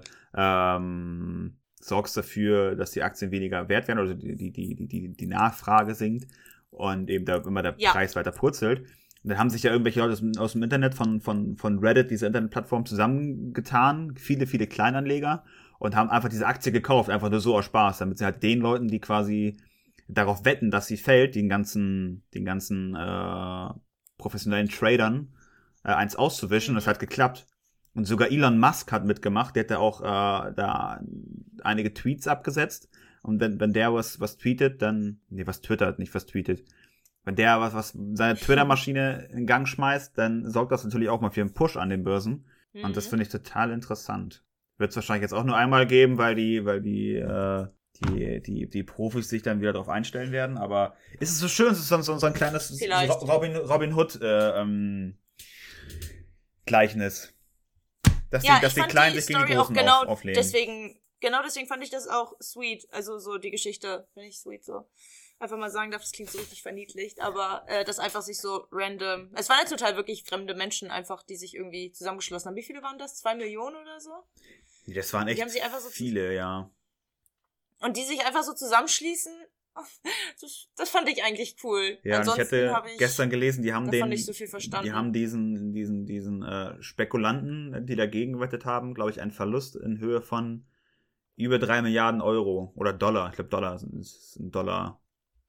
ähm, sorgst dafür, dass die Aktien weniger wert werden oder die, die, die, die, die Nachfrage sinkt. Und eben da immer der ja. Preis weiter purzelt. Und dann haben sich ja irgendwelche Leute aus dem, aus dem Internet von, von, von Reddit, dieser Internetplattform, zusammengetan. Viele, viele Kleinanleger. Und haben einfach diese Aktie gekauft, einfach nur so aus Spaß, damit sie halt den Leuten, die quasi darauf wetten, dass sie fällt, den ganzen, den ganzen äh, professionellen Tradern äh, eins auszuwischen. Und das hat geklappt. Und sogar Elon Musk hat mitgemacht, der hat da auch äh, da einige Tweets abgesetzt. Und wenn, wenn der was, was tweetet, dann, nee, was twittert, nicht was tweetet. Wenn der was, was seine Twitter-Maschine in Gang schmeißt, dann sorgt das natürlich auch mal für einen Push an den Börsen. Mhm. Und das finde ich total interessant. Wird es wahrscheinlich jetzt auch nur einmal geben, weil die, weil die, äh, die, die, die Profis sich dann wieder darauf einstellen werden. Aber ist es so schön, es ist so, so, so ein kleines Vielleicht. Robin, Robin Hood äh, ähm, Gleichnis. Dass ja, die, dass die Kleinen sich gegen die Großen genau auf, auflehnen. Deswegen, genau deswegen fand ich das auch sweet. Also so die Geschichte finde ich sweet so. Einfach mal sagen darf, das klingt so richtig verniedlicht, aber äh, das einfach sich so random... Es waren ja total wirklich fremde Menschen einfach, die sich irgendwie zusammengeschlossen haben. Wie viele waren das? Zwei Millionen oder so? Das waren echt die haben sich einfach so viele, ja. Und die sich einfach so zusammenschließen, das, das fand ich eigentlich cool. Ja, Ansonsten und ich hatte ich, gestern gelesen, die haben den... nicht so viel verstanden. Die haben diesen, diesen, diesen äh, Spekulanten, die dagegen gewettet haben, glaube ich, einen Verlust in Höhe von über drei Milliarden Euro oder Dollar. Ich glaube, Dollar ist ein Dollar...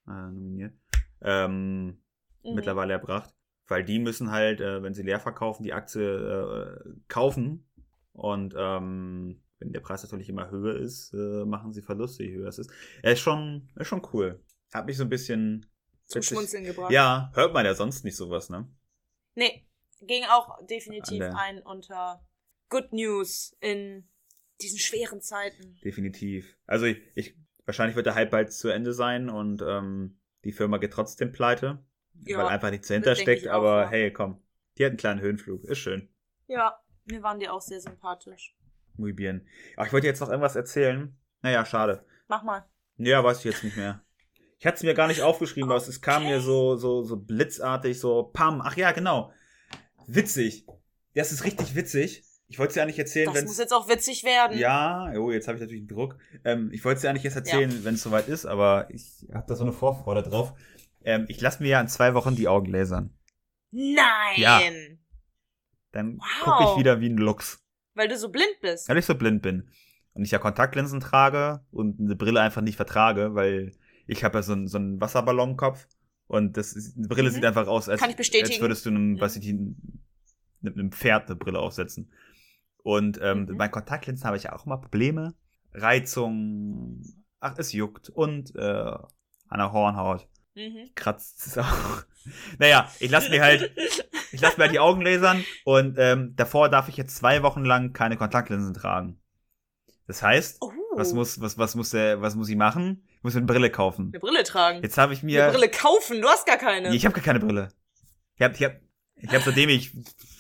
äh, nominiert, ähm, Mhm. mittlerweile erbracht. Weil die müssen halt, äh, wenn sie leer verkaufen, die Aktie äh, kaufen. Und ähm, wenn der Preis natürlich immer höher ist, äh, machen sie Verluste, je höher es ist. Er ist schon, ist schon cool. Hat mich so ein bisschen Zum witzig- Schmunzeln gebracht. Ja, hört man ja sonst nicht sowas, ne? Nee, ging auch definitiv An der- ein unter Good News in diesen schweren Zeiten. Definitiv. Also ich, ich wahrscheinlich wird der Hype bald zu Ende sein und ähm, die Firma geht trotzdem pleite, Ja, weil einfach nichts dahinter das denke steckt. ich auch, Aber ja. hey, komm, die hat einen kleinen Höhenflug. Ist schön. Ja, mir waren die auch sehr sympathisch. Muy bien. Ach, ich wollte jetzt noch irgendwas erzählen. Naja, schade. Mach mal. Ja, weiß ich jetzt nicht mehr. Ich hatte es mir gar nicht aufgeschrieben, aber es kam mir so, so, so blitzartig, so pam. Ach ja, genau. Witzig. Das ist richtig witzig. Ich wollte es dir eigentlich erzählen, Das wenn muss jetzt auch witzig werden. Ja, oh, jetzt habe ich natürlich einen Druck. Ähm, ich wollte es dir eigentlich erst erzählen, wenn es soweit ist, aber ich habe da so eine Vorfreude drauf. Ähm, ich lasse mir ja in zwei Wochen die Augen lasern. Nein! Ja. Dann Wow. gucke ich wieder wie ein Luchs, Weil du so blind bist. weil ich so blind bin. Und ich ja Kontaktlinsen trage und eine Brille einfach nicht vertrage, weil ich habe ja so einen, so einen Wasserballonkopf und das ist, eine Brille Mhm. sieht einfach aus, als, Kann ich bestätigen. als würdest du einem, Mhm. was ich, einem, einem Pferd eine Brille aufsetzen. Und ähm, Mhm. bei Kontaktlinsen habe ich ja auch immer Probleme. Reizung, ach, es juckt und äh, an der Hornhaut Mhm. kratzt es auch. Naja, ich lasse mir halt, ich lasse mir halt die Augen lasern und ähm, davor darf ich jetzt zwei Wochen lang keine Kontaktlinsen tragen. Das heißt, Oh. was muss, was, was muss der, was muss ich machen? Ich muss mir eine Brille kaufen. Eine Brille tragen. Jetzt habe ich mir, Eine Brille kaufen. Du hast gar keine. Nee, ich habe gar keine Brille. Ich habe, ich habe, ich habe seitdem ich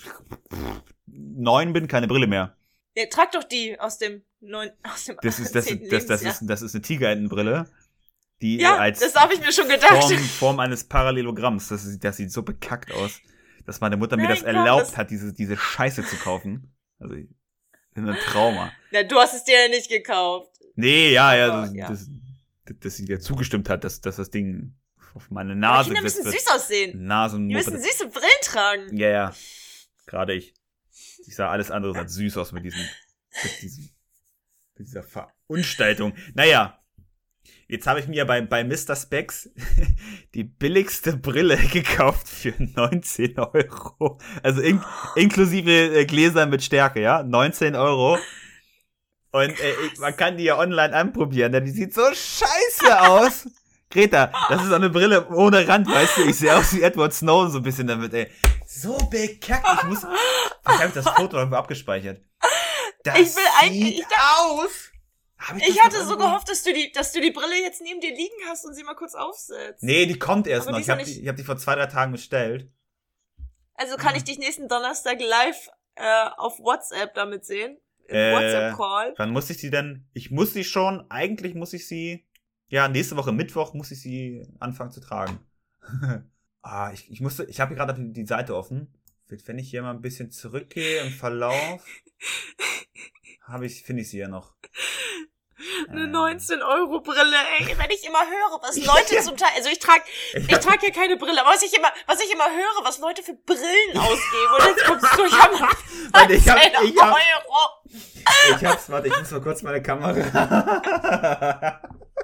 neun bin keine Brille mehr. Ja, trag doch die aus dem neun, aus dem Das ist, das, zehnten ist, das, das Lebensjahr. ist, das ist eine Tigerentenbrille, die Ja, als das habe ich mir schon gedacht. Form, Form eines Parallelogramms. Das, ist, das sieht so bekackt aus, dass meine Mutter mir Nein, das komm, erlaubt das- hat, diese, diese Scheiße zu kaufen. Also, ich bin ein Trauma. Na, du hast es dir ja nicht gekauft. Nee, ja, ja, Aber, das, ja. Das, das, dass sie dir zugestimmt hat, dass, dass das Ding auf meine Aber Nase Kinder müssen gesetzt wird. süß aussehen. Nasen Die müssen süße Brillen tragen. Ja, ja. Gerade ich. Ich sah alles andere als süß aus mit diesem, mit diesem, mit dieser Verunstaltung. Naja. Jetzt habe ich mir bei, bei Mister Specs die billigste Brille gekauft für neunzehn Euro. Also in, inklusive äh, Gläser mit Stärke, ja? neunzehn Euro. Und äh, ich, man kann die ja online anprobieren, denn die sieht so scheiße aus. Greta, das ist so eine Brille ohne Rand, weißt du? Ich sehe aus wie Edward Snowden so ein bisschen damit, ey. So bekackt. Ich muss. Ich habe das Foto irgendwo abgespeichert. Das Ich will eigentlich- sieht ich dachte- aus. Hab Ich das hatte noch so irgendwo? gehofft, dass du die, dass du die Brille jetzt neben dir liegen hast und sie mal kurz aufsetzt. Nee, die kommt erst Aber noch. die Ich ist ja habe die, nicht- ich hab die vor zwei, drei Tagen bestellt. Also kann ich dich nächsten Donnerstag live äh, auf WhatsApp damit sehen? Im Äh, WhatsApp-Call. Wann muss ich sie denn? Ich muss sie schon, eigentlich muss ich sie, ja, nächste Woche Mittwoch muss ich sie anfangen zu tragen. ah, ich, ich musste, ich habe hier gerade die, die Seite offen. Wenn ich hier mal ein bisschen zurückgehe im Verlauf, habe ich, finde ich sie ja noch. Eine Äh. neunzehn-Euro-Brille, ey. Wenn ich immer höre, was Leute zum Teil, also ich trage ich trag ja keine Brille, aber was ich immer, was ich immer höre, was Leute für Brillen ausgeben. Und jetzt kommst du, ich habe Warte, ich hab, ich hab, Euro. ich hab's, warte, ich muss mal kurz meine Kamera.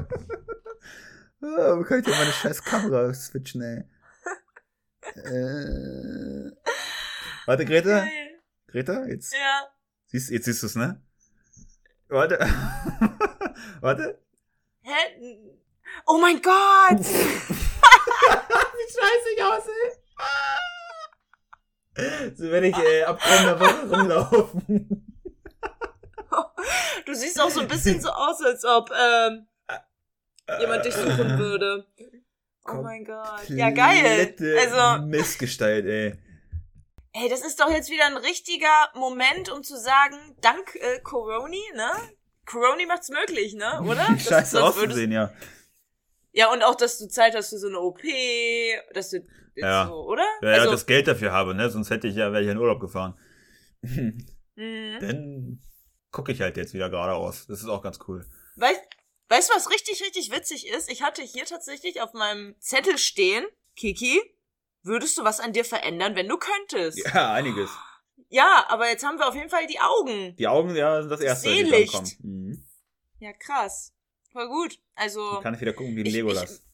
Oh, kann ich denn meine scheiß Kamera switchen, ey? Äh, warte, Greta? Geil. Greta, jetzt, Ja. siehst, jetzt siehst du's, ne? Warte. Warte. Hä? Oh mein Gott! Wie scheiße ich aussehe. So werde ich äh, ab kommender Woche rumlaufen. Du siehst auch so ein bisschen so aus, als ob ähm, jemand dich suchen würde. Oh mein Gott. Ja, geil. Komplette Also, Missgestalt, ey. ey, das ist doch jetzt wieder ein richtiger Moment, um zu sagen, dank äh, Coroni, ne? Coroni macht's möglich, ne? Oder? Das- Scheiße das auszusehen, ja. Ja, und auch, dass du Zeit hast für so eine O P, dass du jetzt Ja. so, oder? Ja, ja, also, das Geld dafür habe, ne? Sonst hätte ich ja, wäre ich in Urlaub gefahren. mhm. Dann gucke ich halt jetzt wieder geradeaus. Das ist auch ganz cool. Weißt, weißt du, was richtig, richtig witzig ist? Ich hatte hier tatsächlich auf meinem Zettel stehen, Kiki, würdest du was an dir verändern, wenn du könntest? Ja, einiges. Ja, aber jetzt haben wir auf jeden Fall die Augen. Die Augen, ja, sind das erste, die Seelicht. dran kommen. Mhm. Ja, krass. Voll gut. Also, Dann kann ich wieder gucken wie ein ich, Legolas. ich,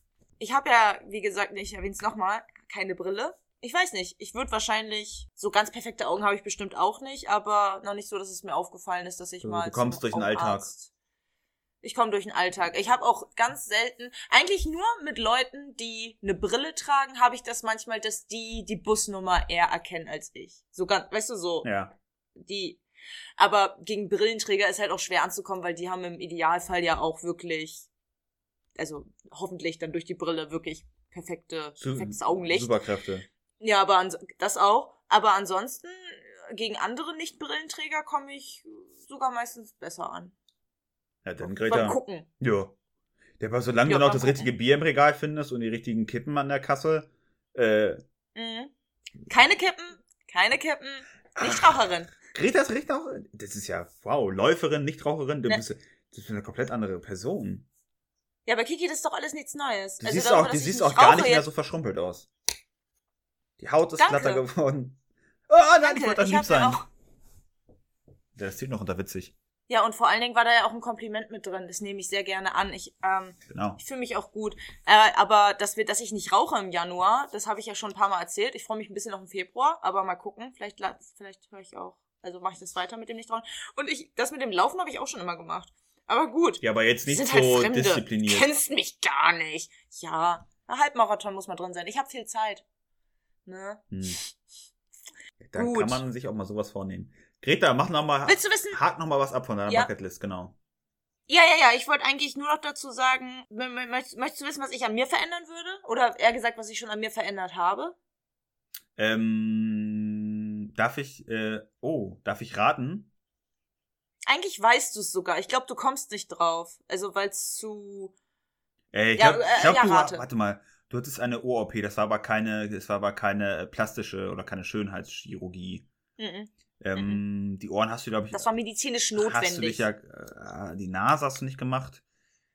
ich habe ja, wie gesagt, ich erwähne es nochmal, keine Brille. Ich weiß nicht, ich würde wahrscheinlich, so ganz perfekte Augen habe ich bestimmt auch nicht, aber noch nicht so, dass es mir aufgefallen ist, dass ich Du, mal du kommst zum durch den Alltag. Augenarzt- Ich komme durch den Alltag. Ich habe auch ganz selten, eigentlich nur mit Leuten, die eine Brille tragen, habe ich das manchmal, dass die die Busnummer eher erkennen als ich. So ganz, weißt du, so, Ja. die, aber gegen Brillenträger ist halt auch schwer anzukommen, weil die haben im Idealfall ja auch wirklich, also hoffentlich dann durch die Brille wirklich perfekte, Su- perfektes Augenlicht. Superkräfte. Ja, aber ans- das auch. Aber ansonsten, äh, gegen andere Nicht-Brillenträger komme ich sogar meistens besser an. Ja, dann Beim Greta. Gucken. Ja. Der war, solange Ja, du noch beim das richtige Bier im Regal findest und die richtigen Kippen an der Kasse, äh, Mhm. Keine Kippen, keine Kippen, Nichtraucherin. Greta ist richtig auch, das ist ja, wow, Läuferin, Nichtraucherin, du Ne. bist, du bist eine komplett andere Person. Ja, aber Kiki, das ist doch alles nichts Neues. Du Also siehst darüber, auch, du dass ich siehst nicht auch gar rauche nicht mehr jetzt- so verschrumpelt aus. Die Haut ist Danke. glatter geworden. Oh nein, Danke, ich wollte das ich lieb hab ja sein. auch- Das zählt noch unter witzig. Ja, und vor allen Dingen war da ja auch ein Kompliment mit drin. Das nehme ich sehr gerne an. Ich, ähm, Genau. ich fühle mich auch gut. Äh, aber dass wir, dass ich nicht rauche im Januar, das habe ich ja schon ein paar Mal erzählt. Ich freue mich ein bisschen auf den Februar, aber mal gucken. Vielleicht, la- vielleicht höre ich auch. Also mache ich das weiter mit dem Nichtrauchen. Und ich, das mit dem Laufen habe ich auch schon immer gemacht. Aber gut. Ja, aber jetzt nicht Sind so halt Fremde. diszipliniert. Kennst mich gar nicht. Ja, ein Halbmarathon muss mal drin sein. Ich habe viel Zeit. Ne? Hm. Da Gut. kann man sich auch mal sowas vornehmen. Greta, mach noch mal, Willst du wissen? hak noch mal was ab von deiner Ja. Bucketlist, genau. Ja, ja, ja. Ich wollte eigentlich nur noch dazu sagen, mö- mö- möchtest, möchtest du wissen, was ich an mir verändern würde? Oder eher gesagt, was ich schon an mir verändert habe? Ähm, darf ich, äh, oh, darf ich raten? Eigentlich weißt du es sogar. Ich glaube, du kommst nicht drauf. Also, weil es zu... Äh, ich Ja, glaub, äh, ich glaub, ja, du, rate. warte mal, du hattest eine Ohr-O P, das war aber keine, das war aber keine äh, plastische oder keine Schönheitschirurgie. Mhm. Ähm, die Ohren hast du, glaube ich, Das war medizinisch hast du notwendig. dich ja, äh, die Nase hast du nicht gemacht.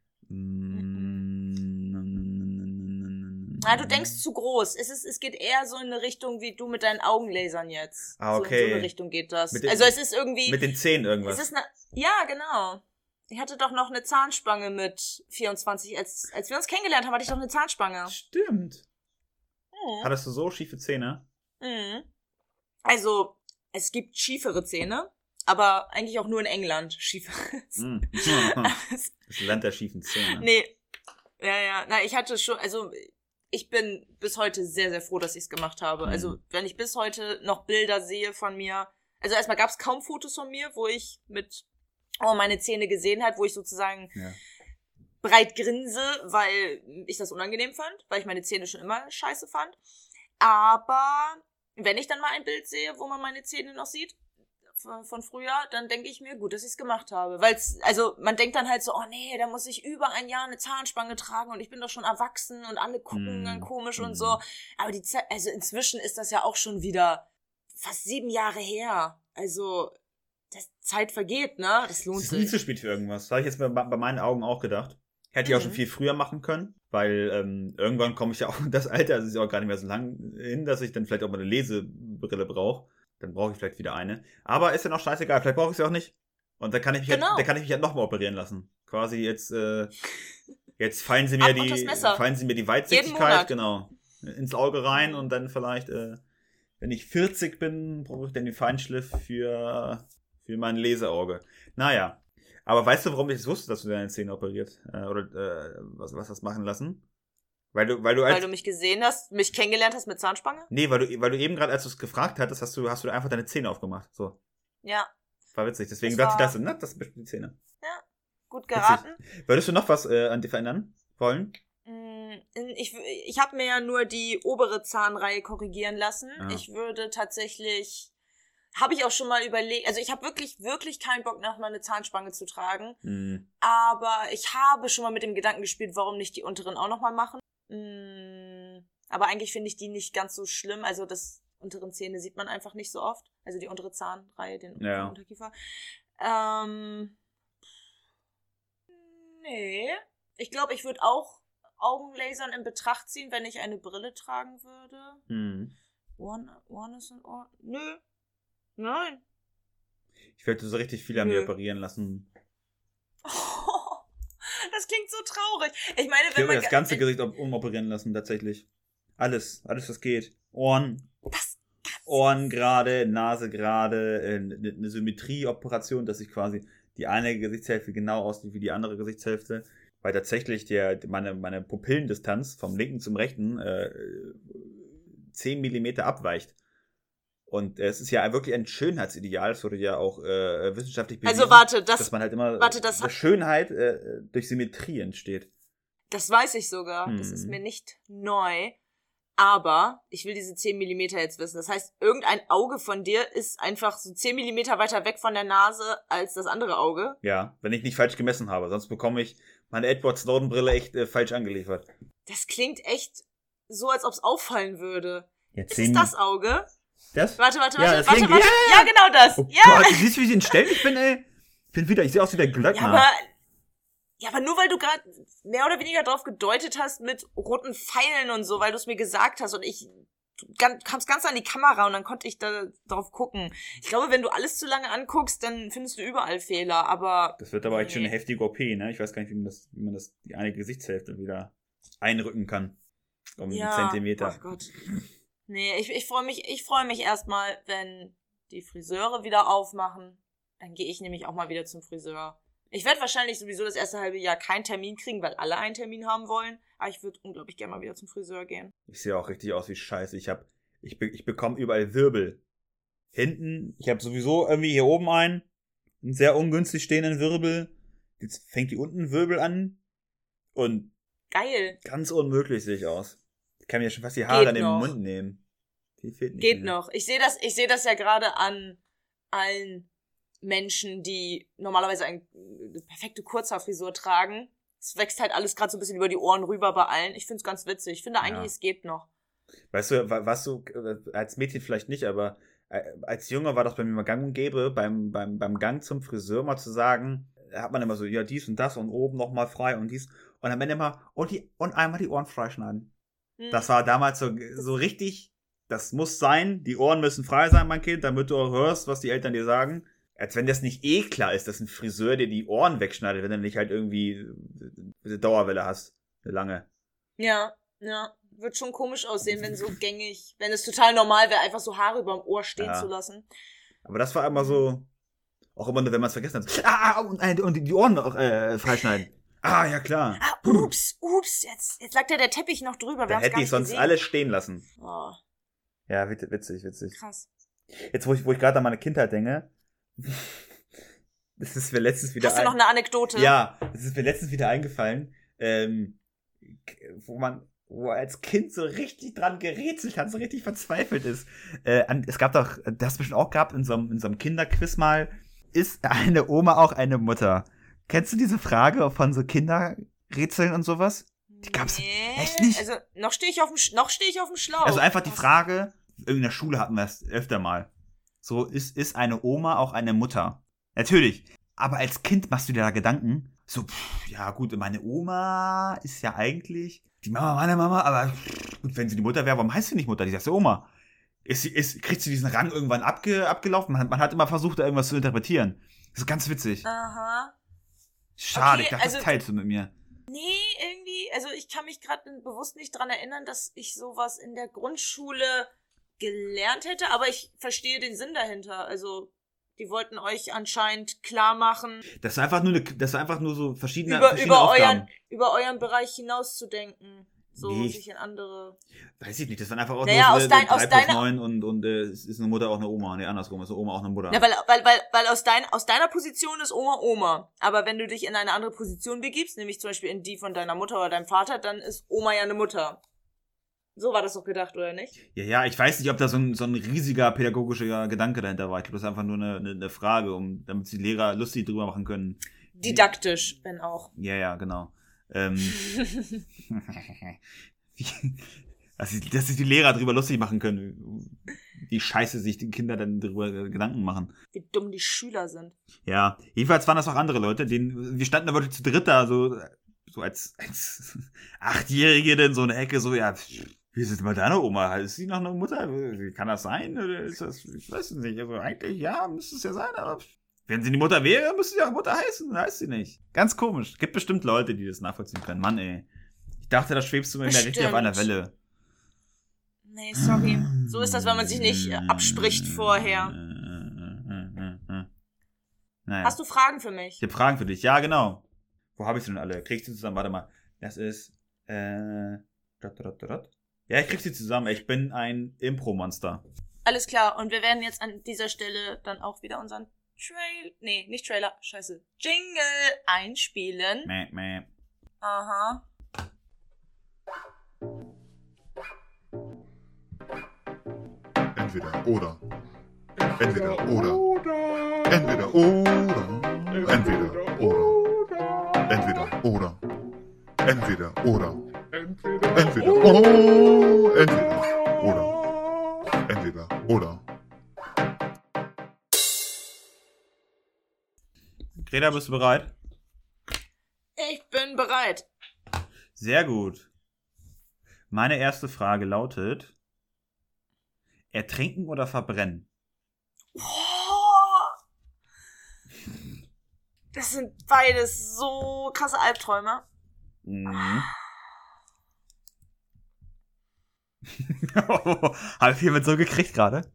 Na, du denkst zu groß. Es ist, es geht eher so in eine Richtung wie du mit deinen Augenlasern jetzt. Ah, So okay. in so eine Richtung geht das. Mit den- Also es ist irgendwie... Mit den Zähnen irgendwas. Es ist eine, ja, genau. Ich hatte doch noch eine Zahnspange mit vierundzwanzig. Als, als wir uns kennengelernt haben, hatte ich doch eine Zahnspange. Stimmt. Mhm. Hattest du so schiefe Zähne? Mhm. Also, es gibt schiefere Zähne, aber eigentlich auch nur in England schiefere Zähne. Mm. Das Land der schiefen Zähne. Nee. Ja, ja. Na, ich hatte schon, also ich bin bis heute sehr, sehr froh, dass ich es gemacht habe. Mhm. Also, wenn ich bis heute noch Bilder sehe von mir, also erstmal gab es kaum Fotos von mir, wo ich mit oh, meine Zähne gesehen hat, wo ich sozusagen Ja. breit grinse, weil ich das unangenehm fand, weil ich meine Zähne schon immer scheiße fand. Aber wenn ich dann mal ein Bild sehe, wo man meine Zähne noch sieht, von, von früher, dann denke ich mir, gut, dass ich es gemacht habe. Weil also man denkt dann halt so, oh nee, da muss ich über ein Jahr eine Zahnspange tragen und ich bin doch schon erwachsen und alle gucken Mm. dann komisch Mm. und so. Aber die Zeit, also inzwischen ist das ja auch schon wieder fast sieben Jahre her. Also, das Zeit vergeht, ne? Das Das lohnt ist nie sich. zu spät für irgendwas. Das habe ich jetzt bei, bei meinen Augen auch gedacht. Hätte ich auch Mhm. schon viel früher machen können, weil ähm, irgendwann komme ich ja auch in das Alter, also ist ja auch gar nicht mehr so lang hin, dass ich dann vielleicht auch mal eine Lesebrille brauche. Dann brauche ich vielleicht wieder eine. Aber ist ja noch scheißegal, vielleicht brauche ich sie auch nicht. Und dann kann ich mich Genau. halt, dann kann ich mich halt nochmal operieren lassen. Quasi jetzt, äh, jetzt fallen sie mir Ab unters die, Messer. fallen sie mir die Jeden Weitsichtigkeit, Monat. genau, ins Auge rein Mhm. und dann vielleicht, äh, wenn ich vierzig bin, brauche ich dann den Feinschliff für, für mein Leseauge. Naja. Aber weißt du, warum ich es wusste, dass du deine Zähne operiert äh, oder äh, was, was hast machen lassen? Weil du, weil du als Weil du mich gesehen hast, mich kennengelernt hast mit Zahnspange? nee, weil du, weil du eben gerade, als du es gefragt hattest, hast du, hast du einfach deine Zähne aufgemacht. So, Ja, war witzig. Deswegen Das dachte ich, war- das, na, das sind bestimmt die Zähne. gut geraten. Würdest du noch was äh, an dir verändern wollen? Mm, Ich, ich habe mir ja nur die obere Zahnreihe korrigieren lassen. Ah. Ich würde tatsächlich, habe ich auch schon mal überlegt, also ich habe wirklich, wirklich keinen Bock, noch mal eine Zahnspange zu tragen. Hm. Aber ich habe schon mal mit dem Gedanken gespielt, warum nicht die unteren auch noch mal machen. Mm, Aber eigentlich finde ich die nicht ganz so schlimm. Also das unteren Zähne sieht man einfach nicht so oft. Also die untere Zahnreihe, den Ja. Unterkiefer. Ähm, nee. Ich glaube, ich würde auch Augenlasern in Betracht ziehen, wenn ich eine Brille tragen würde. Hm. One, one is in order. Nö. Nein. Ich werde so richtig viel an Nö. mir operieren lassen. Das klingt so traurig. Ich meine, Ich wenn habe man... das ganze wenn, Gesicht umoperieren lassen, tatsächlich. Alles, alles, was geht. Ohren, das, das, Ohren gerade, Nase gerade, eine äh, ne Symmetrieoperation, dass ich quasi die eine Gesichtshälfte genau aussieht wie die andere Gesichtshälfte, weil tatsächlich der, meine, meine Pupillendistanz vom linken zum rechten äh, zehn Millimeter abweicht. Und es ist ja wirklich ein Schönheitsideal, das wurde ja auch äh, wissenschaftlich bewiesen, also warte, das, dass man halt immer, warte, das dass Schönheit äh, durch Symmetrie entsteht. Das weiß ich sogar. Hm. Das ist mir nicht neu. Aber ich will diese zehn Millimeter jetzt wissen. Das heißt, irgendein Auge von dir ist einfach so zehn Millimeter weiter weg von der Nase als das andere Auge. Ja, wenn ich nicht falsch gemessen habe. Sonst bekomme ich meine Edward Snowden-Brille echt äh, falsch angeliefert. Das klingt echt so, als ob es auffallen würde. Ja, ist es das Auge? Das? Warte, warte, ja, warte, warte, warte. warte. Ja, ja, genau das. Oh ja. Gott, siehst du, wie ich entstellt ich bin, ey? Ich bin wieder, ich sehe aus wie der Glöckner. Ja, aber, ja, aber nur weil du gerade mehr oder weniger drauf gedeutet hast mit roten Pfeilen und so, weil du es mir gesagt hast und ich ganz, kamst ganz an die Kamera und dann konnte ich da drauf gucken. Ich glaube, wenn du alles zu lange anguckst, dann findest du überall Fehler, aber... Das wird aber nee. echt schon eine heftige O P, ne? Ich weiß gar nicht, wie man das, wie man das die eine Gesichtshälfte wieder einrücken kann. Um ja, einen Zentimeter. Ach Gott. Nee, ich, ich freue mich, ich freue mich erstmal, wenn die Friseure wieder aufmachen. Dann gehe ich nämlich auch mal wieder zum Friseur. Ich werde wahrscheinlich sowieso das erste halbe Jahr keinen Termin kriegen, weil alle einen Termin haben wollen. Aber ich würde unglaublich gerne mal wieder zum Friseur gehen. Ich sehe auch richtig aus wie Scheiße. Ich hab, ich, be, ich bekomme überall Wirbel. Hinten, ich habe sowieso irgendwie hier oben einen, einen sehr ungünstig stehenden Wirbel. Jetzt fängt die unten Wirbel an. Und geil. Ganz unmöglich sehe ich aus. Ich kann mir schon fast die Haare an den Mund nehmen. Die fehlt nicht Geht mehr. noch. Ich sehe das, ich sehe das ja gerade an allen Menschen, die normalerweise eine perfekte Kurzhaarfrisur tragen. Es wächst halt alles gerade so ein bisschen über die Ohren rüber bei allen. Ich finde es ganz witzig. Ich finde eigentlich, ja. es geht noch. Weißt du, was du, als Mädchen vielleicht nicht, aber als Junge war das bei mir mal gang und gäbe, beim, beim, beim Gang zum Friseur mal zu sagen, da hat man immer so, ja, dies und das und oben nochmal frei und dies. Und am Ende immer, und, die, und einmal die Ohren freischneiden. Hm. Das war damals so, so richtig, das muss sein, die Ohren müssen frei sein, mein Kind, damit du auch hörst, was die Eltern dir sagen. Als wenn das nicht eh klar ist, dass ein Friseur dir die Ohren wegschneidet, wenn du nicht halt irgendwie eine Dauerwelle hast. Eine lange. Ja, ja. Wird schon komisch aussehen, wenn so gängig, wenn es total normal wäre, einfach so Haare überm Ohr stehen ja. zu lassen. Aber das war immer so, auch immer nur, wenn man es vergessen hat. Ah, und, und die Ohren noch äh, freischneiden. Ah, ja klar. Ah, ups, ups, jetzt, jetzt lag da der Teppich noch drüber. Da hätte ich sonst gesehen. Alles stehen lassen. Oh. Ja, witzig, witzig. Krass. Jetzt, wo ich, wo ich gerade an meine Kindheit denke, das ist mir letztens wieder... Hast du noch eine Anekdote? Ja, das ist mir letztens wieder eingefallen, ähm, wo man, wo er als Kind so richtig dran gerätselt hat, so richtig verzweifelt ist. Äh, es gab doch, das hast du bestimmt auch gehabt, in so einem, in so einem Kinderquiz mal, ist eine Oma auch eine Mutter? Kennst du diese Frage von so Kinderrätseln und sowas? Die gab's nee, echt nicht. Also noch stehe ich auf dem noch stehe ich auf dem Schlauch. Also einfach die Frage, in der Schule hatten wir es öfter mal. So, ist, ist eine Oma auch eine Mutter? Natürlich. Aber als Kind machst du dir da Gedanken. So, pff, ja gut, meine Oma ist ja eigentlich die Mama meiner Mama, aber pff, gut, wenn sie die Mutter wäre, warum heißt sie nicht Mutter? Die sagt ja Oma. Ist, ist, kriegt sie diesen Rang irgendwann abge, abgelaufen? Man hat, man hat immer versucht, da irgendwas zu interpretieren. Das ist ganz witzig. Aha. Schade, okay, ich dachte, also, das teilst du mit mir. Nee, irgendwie, also ich kann mich gerade bewusst nicht dran erinnern, dass ich sowas in der Grundschule gelernt hätte, aber ich verstehe den Sinn dahinter. Also, die wollten euch anscheinend klar machen. Das war einfach nur eine, das war einfach nur so verschiedene, über, verschiedene über Aufgaben. Euren, über euren Bereich hinauszudenken. So, nee. sich in andere... Weiß ich nicht, das waren einfach auch naja, nur aus so dein, drei aus plus deiner, neun und, und äh, es ist eine Mutter auch eine Oma. Nee, andersrum, ist eine Oma auch eine Mutter. Ja, weil, weil, weil, weil aus, dein, aus deiner Position ist Oma Oma. Aber wenn du dich in eine andere Position begibst, nämlich zum Beispiel in die von deiner Mutter oder deinem Vater, dann ist Oma ja eine Mutter. So war das doch gedacht, oder nicht? Ja, ja, ich weiß nicht, ob da so ein, so ein riesiger pädagogischer Gedanke dahinter war. Ich glaube, das ist einfach nur eine, eine, eine Frage, um, damit die Lehrer lustig drüber machen können. Didaktisch, wenn auch. Ja, ja, genau. Ähm, dass, sie, dass sich die Lehrer drüber lustig machen können. Wie scheiße sich die Kinder dann darüber Gedanken machen. Wie dumm die Schüler sind. Ja, jedenfalls waren das auch andere Leute. Denen, wir standen da wirklich zu dritt da, so, so als, als Achtjährige denn so eine Ecke, so, ja, wie ist es mal deine Oma? Ist sie noch eine Mutter? Kann das sein? Oder ist das, ich weiß es nicht. Also eigentlich, ja, müsste es ja sein, aber Wenn sie die Mutter wäre, müsste sie auch Mutter heißen. Heißt sie nicht. Ganz komisch. Gibt bestimmt Leute, die das nachvollziehen können. Mann, ey. Ich dachte, da schwebst du mit mir richtig auf einer Welle. Nee, sorry. So ist das, wenn man sich nicht abspricht vorher. Naja. Hast du Fragen für mich? Ich habe Fragen für dich. Ja, genau. Wo habe ich sie denn alle? Krieg ich sie zusammen? Warte mal. Das ist, äh... Ja, ich krieg sie zusammen. Ich bin ein Impro-Monster. Alles klar. Und wir werden jetzt an dieser Stelle dann auch wieder unseren Trail... Nee, nicht Trailer. Scheiße. Jingle einspielen. Mäh, mäh. Aha. Entweder oder. Entweder oder. Entweder oder. Entweder oder. Entweder oder. Entweder oder. Entweder oder. Entweder oder. Entweder oder. Greta, bist du bereit? Ich bin bereit. Sehr gut. Meine erste Frage lautet: Ertrinken oder verbrennen? Oh, das sind beides so krasse Albträume. Mhm. Habe ich hiermit so gekriegt gerade?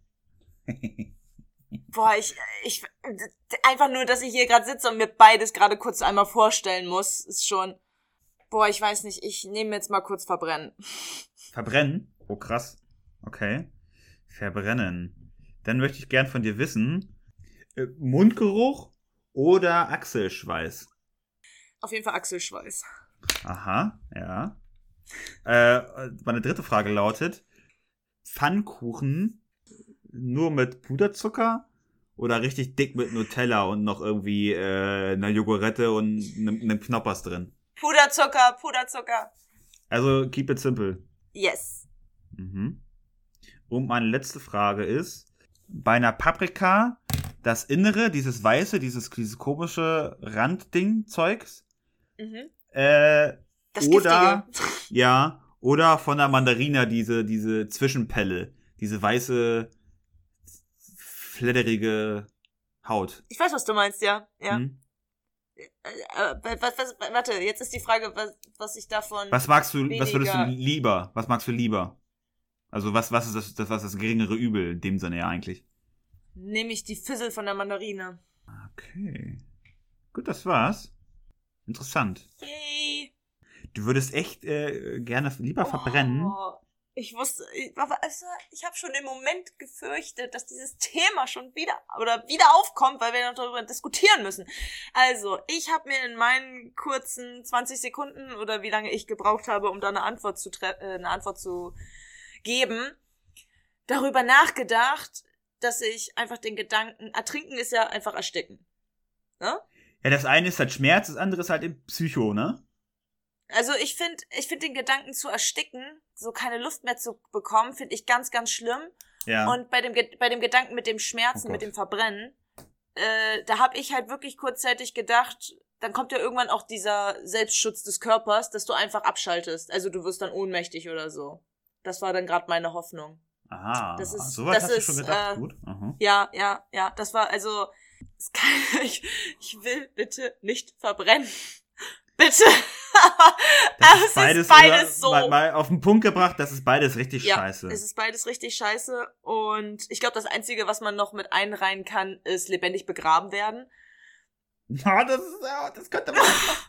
Boah, ich, ich, einfach nur, dass ich hier gerade sitze und mir beides gerade kurz einmal vorstellen muss, ist schon, boah, ich weiß nicht, ich nehme jetzt mal kurz verbrennen. Verbrennen? Oh, krass. Okay. Verbrennen. Dann möchte ich gern von dir wissen, äh, Mundgeruch oder Achselschweiß? Auf jeden Fall Achselschweiß. Aha, ja. Äh, meine dritte Frage lautet, Pfannkuchen nur mit Puderzucker oder richtig dick mit Nutella und noch irgendwie äh, einer Jogurette und einem, einem Knoppers drin? Puderzucker, Puderzucker. Also keep it simple. Yes. Mhm. Und meine letzte Frage ist, bei einer Paprika das Innere, dieses weiße, dieses, dieses komische Randding-Zeugs, Mhm. äh, Das oder, Giftige. ja, oder von der Mandarina diese, diese Zwischenpelle, diese weiße, fledderige Haut. Ich weiß, was du meinst, ja. Ja. Hm? Äh, äh, was, was, warte, jetzt ist die Frage, was, was ich davon... Was magst du, was würdest du weniger- lieber, was magst du lieber? Also was, was ist das, das, was ist das geringere Übel in dem Sinne ja eigentlich? Nehme ich die Fissel von der Mandarine. Okay. Gut, das war's. Interessant. Yay. Du würdest echt äh, gerne lieber verbrennen. Oh, ich wusste, ich, aber also, ich habe schon im Moment gefürchtet, dass dieses Thema schon wieder oder wieder aufkommt, weil wir noch darüber diskutieren müssen. Also, ich habe mir in meinen kurzen zwanzig Sekunden oder wie lange ich gebraucht habe, um da eine Antwort zu tre- äh, eine Antwort zu geben, darüber nachgedacht, dass ich einfach den Gedanken, ertrinken ist ja einfach ersticken. Ne? Ja, das eine ist halt Schmerz, das andere ist halt im Psycho, ne? Also ich finde ich find den Gedanken zu ersticken, so keine Luft mehr zu bekommen, finde ich ganz, ganz schlimm. Ja. Und bei dem, Ge- bei dem Gedanken mit dem Schmerzen, Oh mit Gott. dem Verbrennen, äh, da habe ich halt wirklich kurzzeitig gedacht, dann kommt ja irgendwann auch dieser Selbstschutz des Körpers, dass du einfach abschaltest. Also du wirst dann ohnmächtig oder so. Das war dann gerade meine Hoffnung. Aha. Das ist- so was das hast du ist, schon gedacht. äh, Gut. Aha. Ja, ja, ja, das war also, es kann, ich, ich will bitte nicht verbrennen. Bitte. Das es ist beides, ist beides über, so. mal, mal auf den Punkt gebracht, das ist beides richtig Ja, scheiße. es ist beides richtig scheiße und ich glaube, das Einzige, was man noch mit einreihen kann, ist lebendig begraben werden. Ja, das, ist, ja, das könnte man.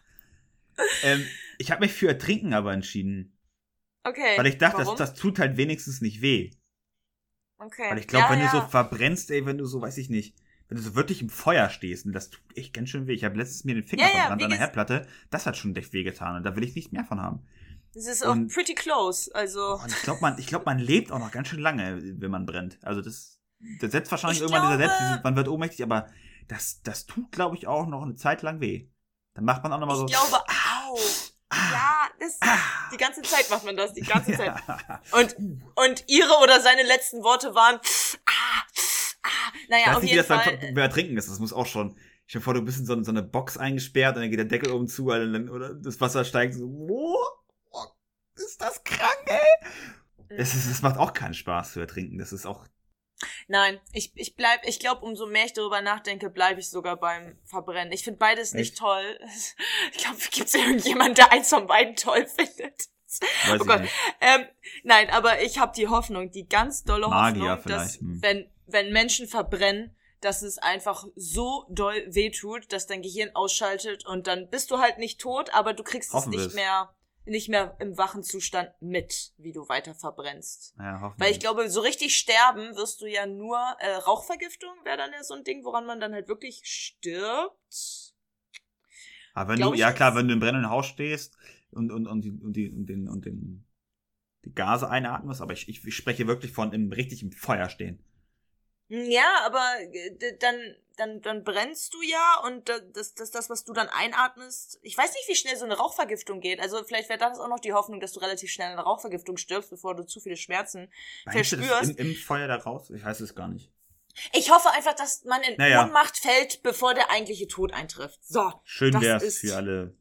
ähm, ich habe mich für Ertrinken aber entschieden. Okay. Weil ich dachte, das, warum? das tut halt wenigstens nicht weh. Okay. Weil ich glaube, ja, wenn ja. du so verbrennst, ey, wenn du so, weiß ich nicht, wenn du so wirklich im Feuer stehst, und das tut echt ganz schön weh. Ich habe letztens mir den Finger Ja, ja, verbrannt wie an der ges- Herdplatte. Das hat schon echt weh getan und da will ich nicht mehr von haben. Es ist auch und- pretty close, also. Und ich glaube, man, ich glaub, man lebt auch noch ganz schön lange, wenn man brennt. Also das, das setzt wahrscheinlich Ich irgendwann dieser glaube- Selbst, dieses- man wird ohnmächtig, aber das, das tut, glaube ich, auch noch eine Zeit lang weh. Dann macht man auch nochmal so. Ich glaube auch. Ja, das, die ganze Zeit macht man das, die ganze Zeit. Ja. Und, und ihre oder seine letzten Worte waren, ah, ah, Ich naja, weiß auf nicht, wie jeden das Fall. beim beim Ertrinken ist. Das muss auch schon. Ich stell dir vor, du bist in so, so eine Box eingesperrt und dann geht der Deckel oben zu, Alter, und dann, oder das Wasser steigt so. Oh, oh, ist das krank, ey? Es, ist, es macht auch keinen Spaß zu ertrinken. Das ist auch. Nein, ich, ich bleib, ich glaube, umso mehr ich darüber nachdenke, bleibe ich sogar beim Verbrennen. Ich finde beides Echt? nicht toll. Ich glaube, gibt es irgendjemanden, der eins von beiden toll findet? Weiß oh Gott. Ähm, nein, aber ich habe die Hoffnung, die ganz dolle Magier Hoffnung, vielleicht. dass Hm. wenn, wenn Menschen verbrennen, dass es einfach so doll wehtut, dass dein Gehirn ausschaltet und dann bist du halt nicht tot, aber du kriegst Hoffen es nicht wir's. mehr nicht mehr im wachen Zustand mit, wie du weiter verbrennst. Ja, hoffen Weil ich wir's. glaube, so richtig sterben wirst du ja nur, äh, Rauchvergiftung wäre dann ja so ein Ding, woran man dann halt wirklich stirbt. Aber wenn Glaub du, ich ja jetzt. klar, wenn du im brennenden Haus stehst und, und, und, die, und, die, und, den, und den, die Gase einatmest, aber ich, ich, ich spreche wirklich von im richtig im Feuer stehen. Ja, aber äh, d- dann, dann, dann brennst du ja und da- das, das, das, was du dann einatmest, ich weiß nicht, wie schnell so eine Rauchvergiftung geht. Also vielleicht wäre das auch noch die Hoffnung, dass du relativ schnell an einer Rauchvergiftung stirbst, bevor du zu viele Schmerzen Meinst du das verspürst. im, im Feuer da raus? Ich weiß es gar nicht. Ich hoffe einfach, dass man in Naja. Ohnmacht fällt, bevor der eigentliche Tod eintrifft. So. Schön Das wär's ist- für alle,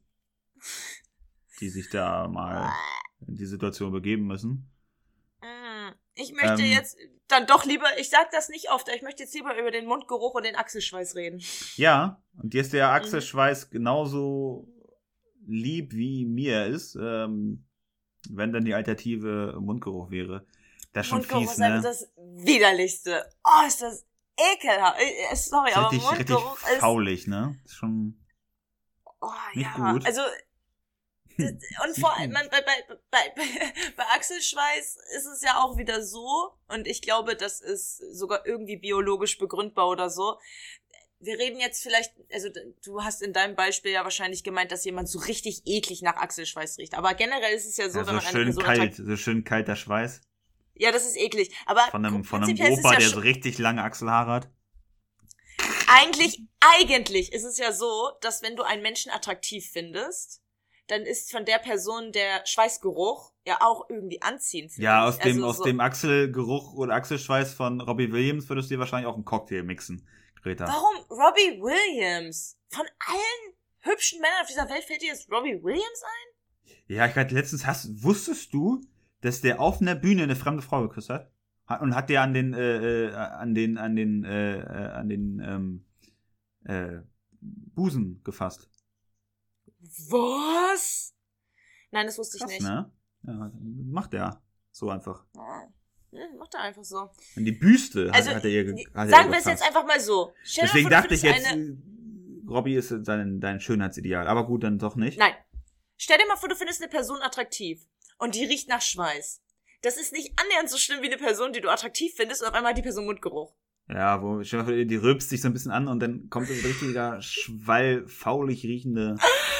die sich da mal in die Situation begeben müssen. Mm, Ich möchte Ähm. jetzt dann doch lieber, ich sag das nicht oft, ich möchte jetzt lieber über den Mundgeruch und den Achselschweiß reden. Ja, und dir ist der Mhm. Achselschweiß genauso lieb, wie mir er ist, ähm, wenn dann die Alternative Mundgeruch wäre. Das ist schon Mundgeruch fies, ist einfach ne? das Widerlichste. Oh, ist das ekelhaft. Äh, Sorry, aber Richtig, richtig Mundgeruch ist... faulig, ne? Ist schon Oh, nicht ja. gut. Also, das, und Nicht vor gut. allem bei, bei, bei, bei, bei Achselschweiß ist es ja auch wieder so, und ich glaube, das ist sogar irgendwie biologisch begründbar oder so. Wir reden jetzt vielleicht, also du hast in deinem Beispiel ja wahrscheinlich gemeint, dass jemand so richtig eklig nach Achselschweiß riecht. Aber generell ist es ja so, Ja, wenn so man eine schön Person kalt, attraktiv... so schön kalter Schweiß. Ja, das ist eklig. Aber Von einem, von einem prinzipiell ist es Opa, ja der schon- so richtig lange Achselhaare hat. Eigentlich, eigentlich ist es ja so, dass wenn du einen Menschen attraktiv findest, dann ist von der Person der Schweißgeruch ja auch irgendwie anziehend. finde Ja, ich. aus dem, Also aus so, dem Achselgeruch oder Achselschweiß von Robbie Williams würdest du dir wahrscheinlich auch einen Cocktail mixen, Greta. Warum Robbie Williams? Von allen hübschen Männern auf dieser Welt fällt dir jetzt Robbie Williams ein? Ja, ich hatte letztens, hast, wusstest du, dass der auf einer Bühne eine fremde Frau geküsst hat? Hat- Und hat der an den, äh, äh, an den, an den, äh, äh, an den, ähm, äh, Busen gefasst. Was? Nein, das wusste ich Krass, nicht. ne? Ja, macht der so einfach. Ja, hm, macht er einfach so. Und die Büste hat, Also, hat er ihr, ge- hat er sagen ihr wir es jetzt gefasst. einfach mal so. Stell dir Deswegen mal vor, du dachte ich findest jetzt, eine... äh, Robbie ist dein, dein Schönheitsideal. Aber gut, dann doch nicht. Nein. Stell dir mal vor, du findest eine Person attraktiv und die riecht nach Schweiß. Das ist nicht annähernd so schlimm wie eine Person, die du attraktiv findest und auf einmal hat die Person Mundgeruch. Ja, wo, stell dir mal vor, die rülpst sich so ein bisschen an und dann kommt so ein richtiger Schwall, faulig riechende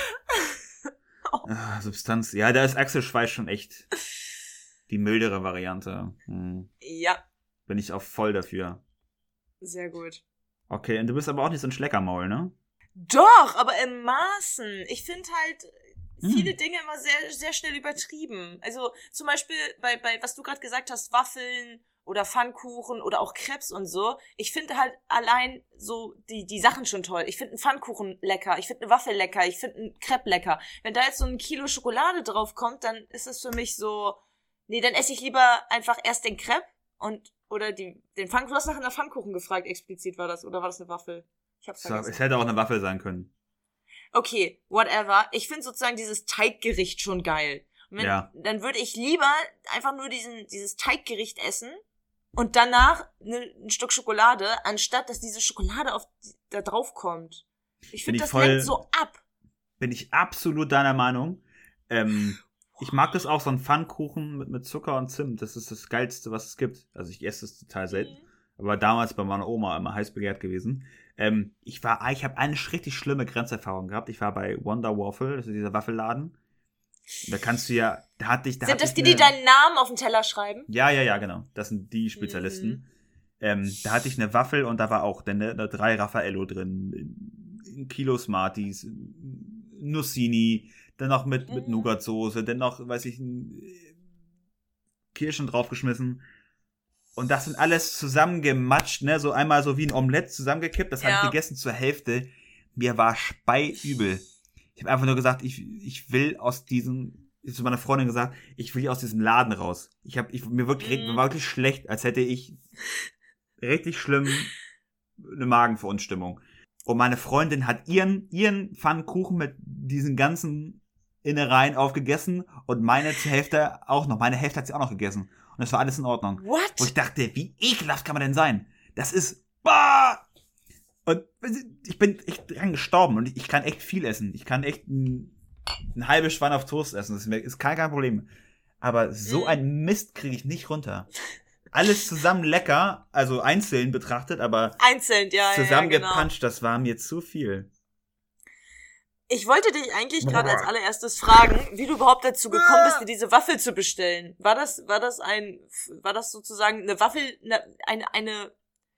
ah, Substanz. Ja, da ist Achselschweiß schon echt die mildere Variante. Hm. Ja, Bin ich auch voll dafür. sehr gut. Okay, und du bist aber auch nicht so ein Schleckermaul, ne? Doch, aber im Maßen. Ich finde halt viele Hm. Dinge immer sehr, sehr schnell übertrieben. Also zum Beispiel bei, bei was du gerade gesagt hast, Waffeln oder Pfannkuchen oder auch Crepes und so. Ich finde halt allein so die, die Sachen schon toll. Ich finde einen Pfannkuchen lecker, ich finde eine Waffel lecker, ich finde einen Crepe lecker. Wenn da jetzt so ein Kilo Schokolade drauf kommt, dann ist es für mich so, nee, dann esse ich lieber einfach erst den Crepe und, oder die, den Pfannkuchen. Du hast nach einer Pfannkuchen gefragt, explizit war das, oder war das eine Waffel? Ich hab's So, vergessen. es hätte auch eine Waffel sein können. Okay, whatever. Ich finde sozusagen dieses Teiggericht schon geil. Und wenn, Ja. Dann würde ich lieber einfach nur diesen, dieses Teiggericht essen und danach ne, ein Stück Schokolade, anstatt dass diese Schokolade auf, da drauf kommt. Ich Bin finde, ich das voll- lenkt so ab. Bin ich absolut deiner Meinung. Ähm, ich mag das auch, so ein Pfannkuchen mit, mit Zucker und Zimt. Das ist das Geilste, was es gibt. Also ich esse es total selten. Mhm. Aber damals bei meiner Oma immer heiß begehrt gewesen. Ähm, ich war, ich habe eine richtig schlimme Grenzerfahrung gehabt. Ich war bei Wonder Waffle, das ist dieser Waffelladen. Da kannst du ja, da hatte ich, da Sind hatte das ich die, eine, die deinen Namen auf den Teller schreiben? Ja, ja, ja, genau. Das sind die Spezialisten. Mhm. Ähm, da hatte ich eine Waffel und da war auch dann ne, da drei Raffaello drin, ein Kilo Smarties, Nussini, dann noch mit, mit Mhm. Nougatsoße, dann noch, weiß ich, ein, äh, Kirschen draufgeschmissen. Und das sind alles zusammengematscht, ne, so einmal so wie ein Omelett zusammengekippt. Das Ja. habe ich gegessen zur Hälfte. Mir war speiübel. Ich habe einfach nur gesagt, ich, ich will aus diesem, ich habe zu meiner Freundin gesagt, ich will hier aus diesem Laden raus. Ich habe, ich, mir wirklich, Mhm. mir war wirklich schlecht, als hätte ich richtig schlimm eine Magenverunstimmung. Und meine Freundin hat ihren, ihren Pfannkuchen mit diesen ganzen Innereien aufgegessen und meine zur Hälfte auch noch. Meine Hälfte hat sie auch noch gegessen. Und das war alles in Ordnung. What? Wo ich dachte, wie ekelhaft kann man denn sein? Das ist... Bah! Und ich bin echt dran gestorben und ich kann echt viel essen. Ich kann echt ein, ein halbes Schwein auf Toast essen. Das ist kein, kein Problem. Aber so Mm. ein Mist kriege ich nicht runter. Alles zusammen lecker, also einzeln betrachtet, aber Einzeln, ja, ja, ja, zusammengepanscht, genau. das war mir zu viel. Ich wollte dich eigentlich gerade als allererstes fragen, wie du überhaupt dazu gekommen bist, dir diese Waffel zu bestellen. War das, war das ein, war das sozusagen eine Waffel, eine, eine, eine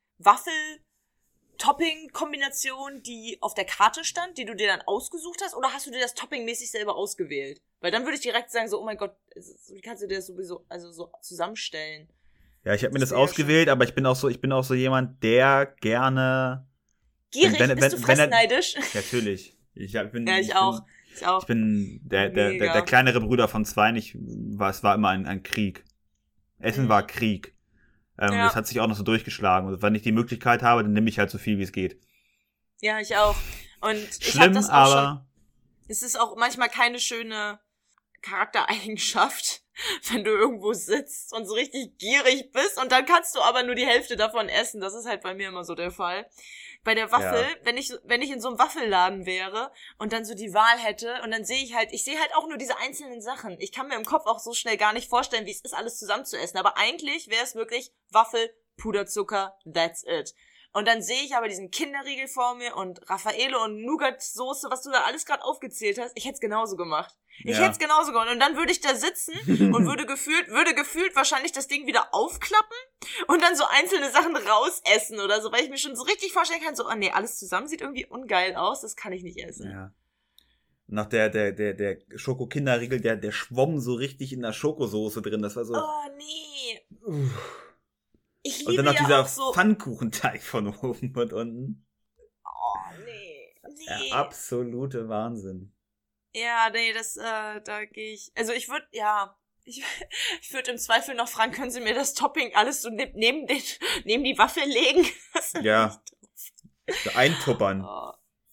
Waffel-Topping-Kombination, die auf der Karte stand, die du dir dann ausgesucht hast, oder hast du dir das Topping-mäßig selber ausgewählt? Weil dann würde ich direkt sagen, so, oh mein Gott, wie kannst du dir das sowieso, also so zusammenstellen? Ja, ich habe mir Das das wäre ausgewählt, aber ich bin auch so, ich bin auch so jemand, der gerne... Gierig, Wenn- wenn- bist du wenn er- fressneidisch? Natürlich. Ich hab- bin, Ja, ich bin, auch. Ich auch. Ich bin der, der, der, Mega. der kleinere Bruder von zwei. Ich, war, es war immer ein, ein Krieg. Essen Mhm. war Krieg. Ähm, Ja. Das hat sich auch noch so durchgeschlagen. Und wenn ich die Möglichkeit habe, dann nehme ich halt so viel, wie es geht. Ja, ich auch. Und ich hab Schlimm, das auch schon. aber... Es ist auch manchmal keine schöne Charaktereigenschaft, wenn du irgendwo sitzt und so richtig gierig bist und dann kannst du aber nur die Hälfte davon essen. Das ist halt bei mir immer so der Fall. Bei der Waffel, Ja. wenn ich wenn ich in so einem Waffelladen wäre und dann so die Wahl hätte und dann sehe ich halt, ich sehe halt auch nur diese einzelnen Sachen. Ich kann mir im Kopf auch so schnell gar nicht vorstellen, wie es ist, alles zusammen zu essen. Aber eigentlich wäre es wirklich Waffel, Puderzucker, that's it. Und dann sehe ich aber diesen Kinderriegel vor mir und Raffaele und Nougat-Soße, was du da alles gerade aufgezählt hast. Ich hätte es genauso gemacht. Ich Ja. hätte es genauso gemacht. Und dann würde ich da sitzen und würde gefühlt, würde gefühlt wahrscheinlich das Ding wieder aufklappen und dann so einzelne Sachen rausessen oder so, weil ich mir schon so richtig vorstellen kann, so, oh nee, alles zusammen sieht irgendwie ungeil aus, das kann ich nicht essen. Ja. Nach der, der, der, der Schoko-Kinderriegel, der, der schwamm so richtig in der Schokosoße drin. Das war so... Oh nee. Uff. Ich Und liebe dann noch ja dieser auch so. Pfannkuchenteig von oben und unten. Oh nee. Nee. Der absolute Wahnsinn. Ja, nee, das, äh, da gehe ich. Also ich würde, ja, ich, ich würde im Zweifel noch fragen, können Sie mir das Topping alles so ne- neben den, neben die Waffel legen? Das ist Ja. echt doof. Eintuppern. Oh.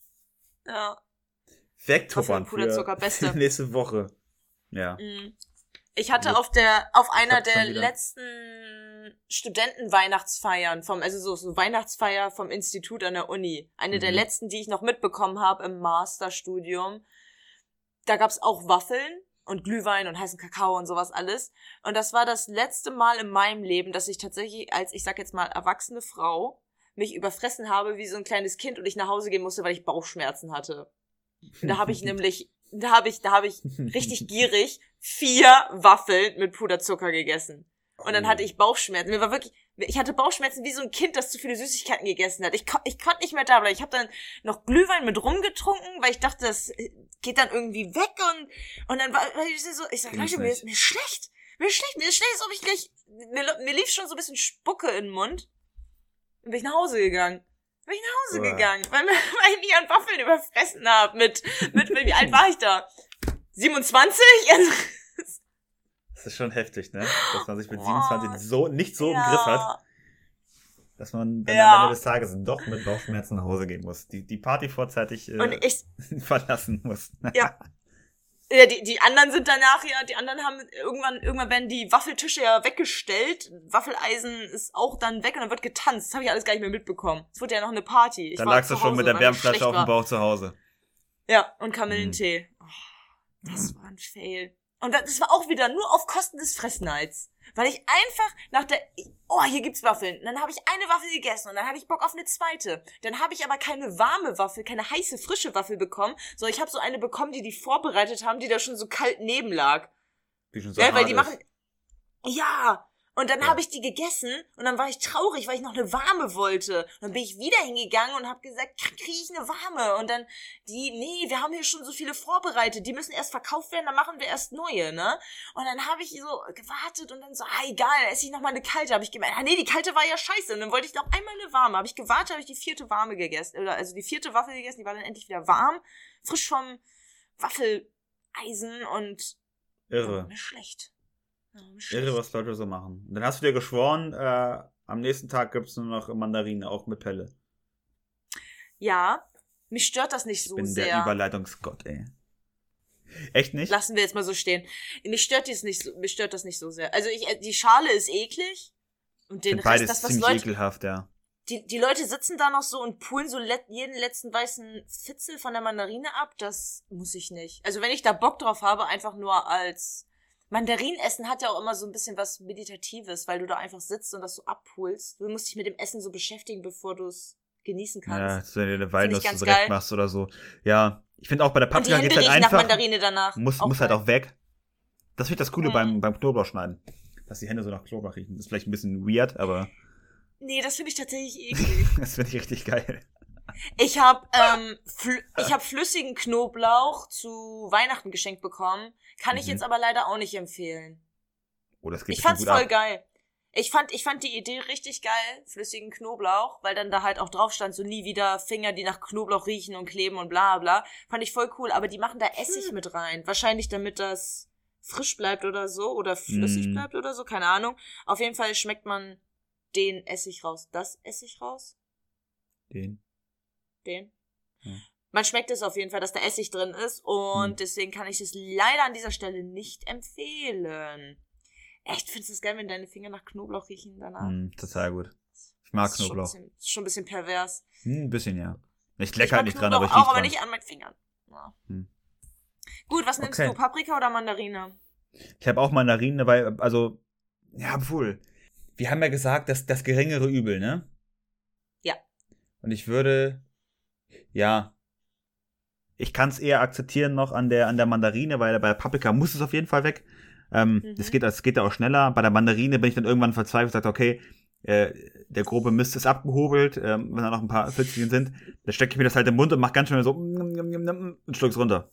Ja. Wegtuppern für, Puderzucker, beste. für nächste Woche. Ja. Mm. Ich hatte Ja. auf der, auf einer hab schon der wieder- letzten Studentenweihnachtsfeiern vom, also so, so Weihnachtsfeier vom Institut an der Uni. Eine der Mhm. letzten, die ich noch mitbekommen habe im Masterstudium. Da gab's auch Waffeln und Glühwein und heißen Kakao und sowas alles. Und das war das letzte Mal in meinem Leben, dass ich tatsächlich als, ich sag jetzt mal, erwachsene Frau mich überfressen habe wie so ein kleines Kind und ich nach Hause gehen musste, weil ich Bauchschmerzen hatte. Und da habe ich nämlich, da habe ich, da habe ich richtig gierig vier Waffeln mit Puderzucker gegessen. Und dann hatte ich Bauchschmerzen. Mir war wirklich, ich hatte Bauchschmerzen wie so ein Kind, das zu viele Süßigkeiten gegessen hat. Ich, kon- ich konnte nicht mehr da bleiben. Ich habe dann noch Glühwein mit rumgetrunken, weil ich dachte, das geht dann irgendwie weg und und dann war, war ich so, ich sag, Kenn ich Leute, mir nicht. ist, mir ist schlecht. Mir ist schlecht, mir ist schlecht, als ob ich gleich, mir, mir lief schon so ein bisschen Spucke in den Mund. Dann bin ich nach Hause gegangen. Bin ich nach Hause Uah. gegangen, weil, weil ich mich an Waffeln überfressen habe. Mit, mit, wie alt war ich da? siebenundzwanzig? Also, Das ist schon heftig, ne? Dass man sich mit Boah. siebenundzwanzig so, nicht so im ja. Griff hat, dass man dann Ja. am Ende des Tages doch mit Bauchschmerzen nach Hause gehen muss. Die, die Party vorzeitig äh, Und ich, verlassen muss. ja. Ja, die, die anderen sind danach ja, die anderen haben irgendwann, irgendwann werden die Waffeltische ja weggestellt. Waffeleisen ist auch dann weg und dann wird getanzt. Das habe ich alles gar nicht mehr mitbekommen. Es wurde ja noch eine Party. Ich Dann war lagst du zu schon Hause, mit der weil mir Wärmflasche schlecht auf dem war. Bauch zu Hause. Ja, und Kamillentee. Oh, das war ein Fail. Und das war auch wieder nur auf Kosten des Fressneids. Weil ich einfach nach der, oh, hier gibt's Waffeln. Und dann habe ich eine Waffel gegessen und dann hatte ich Bock auf eine zweite. Dann habe ich aber keine warme Waffel, keine heiße, frische Waffel bekommen, sondern ich habe so eine bekommen, die die vorbereitet haben, die da schon so kalt neben lag. Die schon so Ja, weil hart die ist. machen, ja. Und dann Ja. habe ich die gegessen und dann war ich traurig, weil ich noch eine warme wollte. Und dann bin ich wieder hingegangen und habe gesagt, kriege ich eine warme? Und dann die, nee, wir haben hier schon so viele vorbereitet, die müssen erst verkauft werden, dann machen wir erst neue, ne? Und dann habe ich so gewartet und dann so, ah, egal, dann esse ich noch mal eine kalte. Habe ich gemeint, ah nee, die kalte war ja scheiße. Und dann wollte ich noch einmal eine warme. Habe ich gewartet, habe ich die vierte warme gegessen, oder also die vierte Waffel gegessen, die war dann endlich wieder warm, frisch vom Waffeleisen und Irre. mir schlecht. Ja, mir schlecht. Irre, was Leute so machen. Und dann hast du dir geschworen, äh, am nächsten Tag gibt es nur noch Mandarine, auch mit Pelle. Ja, mich stört das nicht so Ich bin sehr. der Überleitungsgott, ey. Echt nicht? Lassen wir jetzt mal so stehen. Mich stört dies nicht so, mich stört das nicht so sehr. Also ich, die Schale ist eklig. Und den ich Rest, beides das, was ziemlich Leute, ekelhaft, ja. die, die Leute sitzen da noch so und pullen so let, jeden letzten weißen Fitzel von der Mandarine ab. Das muss ich nicht. Also wenn ich da Bock drauf habe, einfach nur als Mandarinenessen hat ja auch immer so ein bisschen was Meditatives, weil du da einfach sitzt und das so abpulst. Du musst dich mit dem Essen so beschäftigen, bevor du es genießen Ja, kannst. als wenn du eine Find ich Walnuss ganz zurecht geil. machst oder so. Ja, ich finde auch bei der Und die Paprika Hände geht's halt riechen nach einfach. Mandarine danach. Muss, Auch muss halt geil. auch weg. Das wird das Coole Mhm. beim, beim Knoblauch schneiden. Dass die Hände so nach Knoblauch riechen. Das ist vielleicht ein bisschen weird, aber Nee, das finde ich tatsächlich eklig. das finde ich richtig geil. Ich habe ähm, fl- ich hab flüssigen Knoblauch zu Weihnachten geschenkt bekommen. Kann ich Mhm. jetzt aber leider auch nicht empfehlen. Oh, das geht Ich bestimmt fand's gut voll ab. geil. Ich fand, ich fand die Idee richtig geil, flüssigen Knoblauch, weil dann da halt auch drauf stand, so nie wieder Finger, die nach Knoblauch riechen und kleben und bla bla. Fand ich voll cool, aber die machen da Essig Hm. mit rein. Wahrscheinlich damit das frisch bleibt oder so oder flüssig Mm. bleibt oder so, keine Ahnung. Auf jeden Fall schmeckt man den Essig raus. Das Essig raus? Den. Den? Ja. Man schmeckt es auf jeden Fall, dass da Essig drin ist und Hm. deswegen kann ich es leider an dieser Stelle nicht empfehlen. Echt, findest du es geil, wenn deine Finger nach Knoblauch riechen danach? Mm, total gut. Ich mag Das ist schon ein Knoblauch. bisschen, ist schon ein bisschen pervers. Hm, ein bisschen, ja. Ich Ich leck mag halt nicht dran, aber ich Knoblauch riech auch, aber dran. nicht an meinen Fingern. Ja. Hm. Gut, was nimmst Okay. du? Paprika oder Mandarine? Ich habe auch Mandarinen, weil, also, ja, obwohl. Wir haben ja gesagt, dass das geringere Übel, ne? Ja. Und ich würde, ja, ich kann es eher akzeptieren noch an der, an der Mandarine, weil bei der Paprika muss es auf jeden Fall weg. Ähm, Mhm. das geht, das geht ja auch schneller. Bei der Mandarine bin ich dann irgendwann verzweifelt und sage, okay, äh, der grobe Mist ist abgehobelt, ähm, wenn da noch ein paar Pfützchen sind, dann stecke ich mir das halt im Mund und mach ganz schnell so und schluck's runter.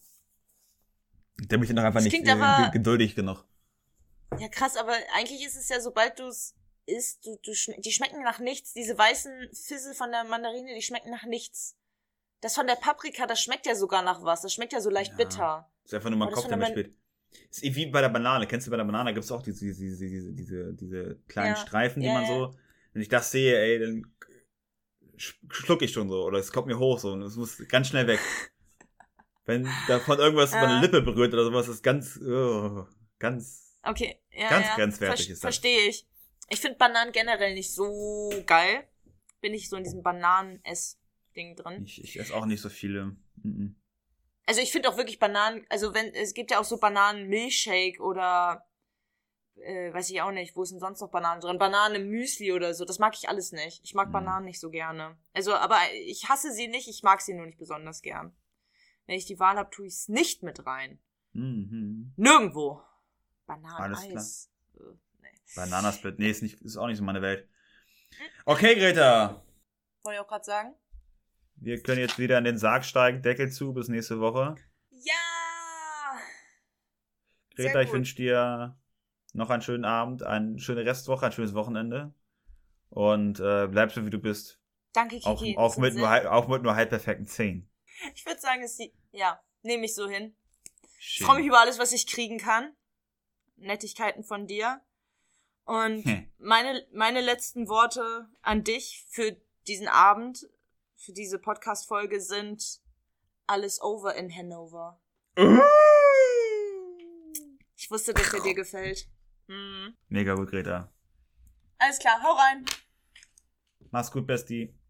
Da bin ich dann auch einfach Das nicht klingt äh, aber- ge- geduldig genug. Ja, krass, aber eigentlich ist es ja, sobald du es isst, du, du schm- die schmecken nach nichts. Diese weißen Fissel von der Mandarine, die schmecken nach nichts. Das von der Paprika, das schmeckt ja sogar nach was. Das schmeckt ja so leicht Ja. bitter. Das ist einfach nur mal Aber das Cocktail von der mit Spät. Das ist wie bei der Banane. Kennst du, bei der Banane gibt es auch diese, diese, diese, diese, diese, diese kleinen Ja. Streifen, die Ja, man ja. so, wenn ich das sehe, ey, dann sch- schluck ich schon so. Oder es kommt mir hoch so und es muss ganz schnell weg. Wenn davon irgendwas Ja. meine Lippe berührt oder sowas, ist ganz, oh, ganz, Okay, ja, Ganz ja. grenzwertig Ver- ist das. Verstehe ich. Ich finde Bananen generell nicht so geil. Bin ich so in diesem Bananen-Ess-Ding drin. ich, ich esse auch nicht so viele. Mhm. Also ich finde auch wirklich Bananen, also wenn, es gibt ja auch so Bananen-Milchshake oder, äh, weiß ich auch nicht, wo ist denn sonst noch Bananen drin? Bananen-Müsli oder so, das mag ich alles nicht. Ich mag Mhm. Bananen nicht so gerne. Also, aber ich hasse sie nicht, ich mag sie nur nicht besonders gern. Wenn ich die Wahl habe, tue ich es nicht mit rein. Mhm. Nirgendwo. Alles Bananeneis. Äh, nee. Bananasplit, nee, ist, nicht, ist auch nicht so meine Welt. Okay, Greta. Wollte ich auch gerade sagen? Wir können jetzt wieder in den Sarg steigen, Deckel zu, bis nächste Woche. Ja! Greta, Sehr ich gut. wünsche dir noch einen schönen Abend, eine schöne Restwoche, ein schönes Wochenende. Und äh, bleib so, wie du bist. Danke, Kiki. Auch, in auch, diesem mit nur, Sinne. halb- auch mit nur halb perfekten Zehen. Ich würde sagen, es die, ja, nehme ich so hin. Ich Schön. freue mich über alles, was ich kriegen kann. Nettigkeiten von dir. Und Hm. meine, meine letzten Worte an dich für diesen Abend, für diese Podcast-Folge sind alles over in Hanover. Ich wusste, dass er dir gefällt. Mhm. Mega gut, Greta. Alles klar, hau rein. Mach's gut, Bestie.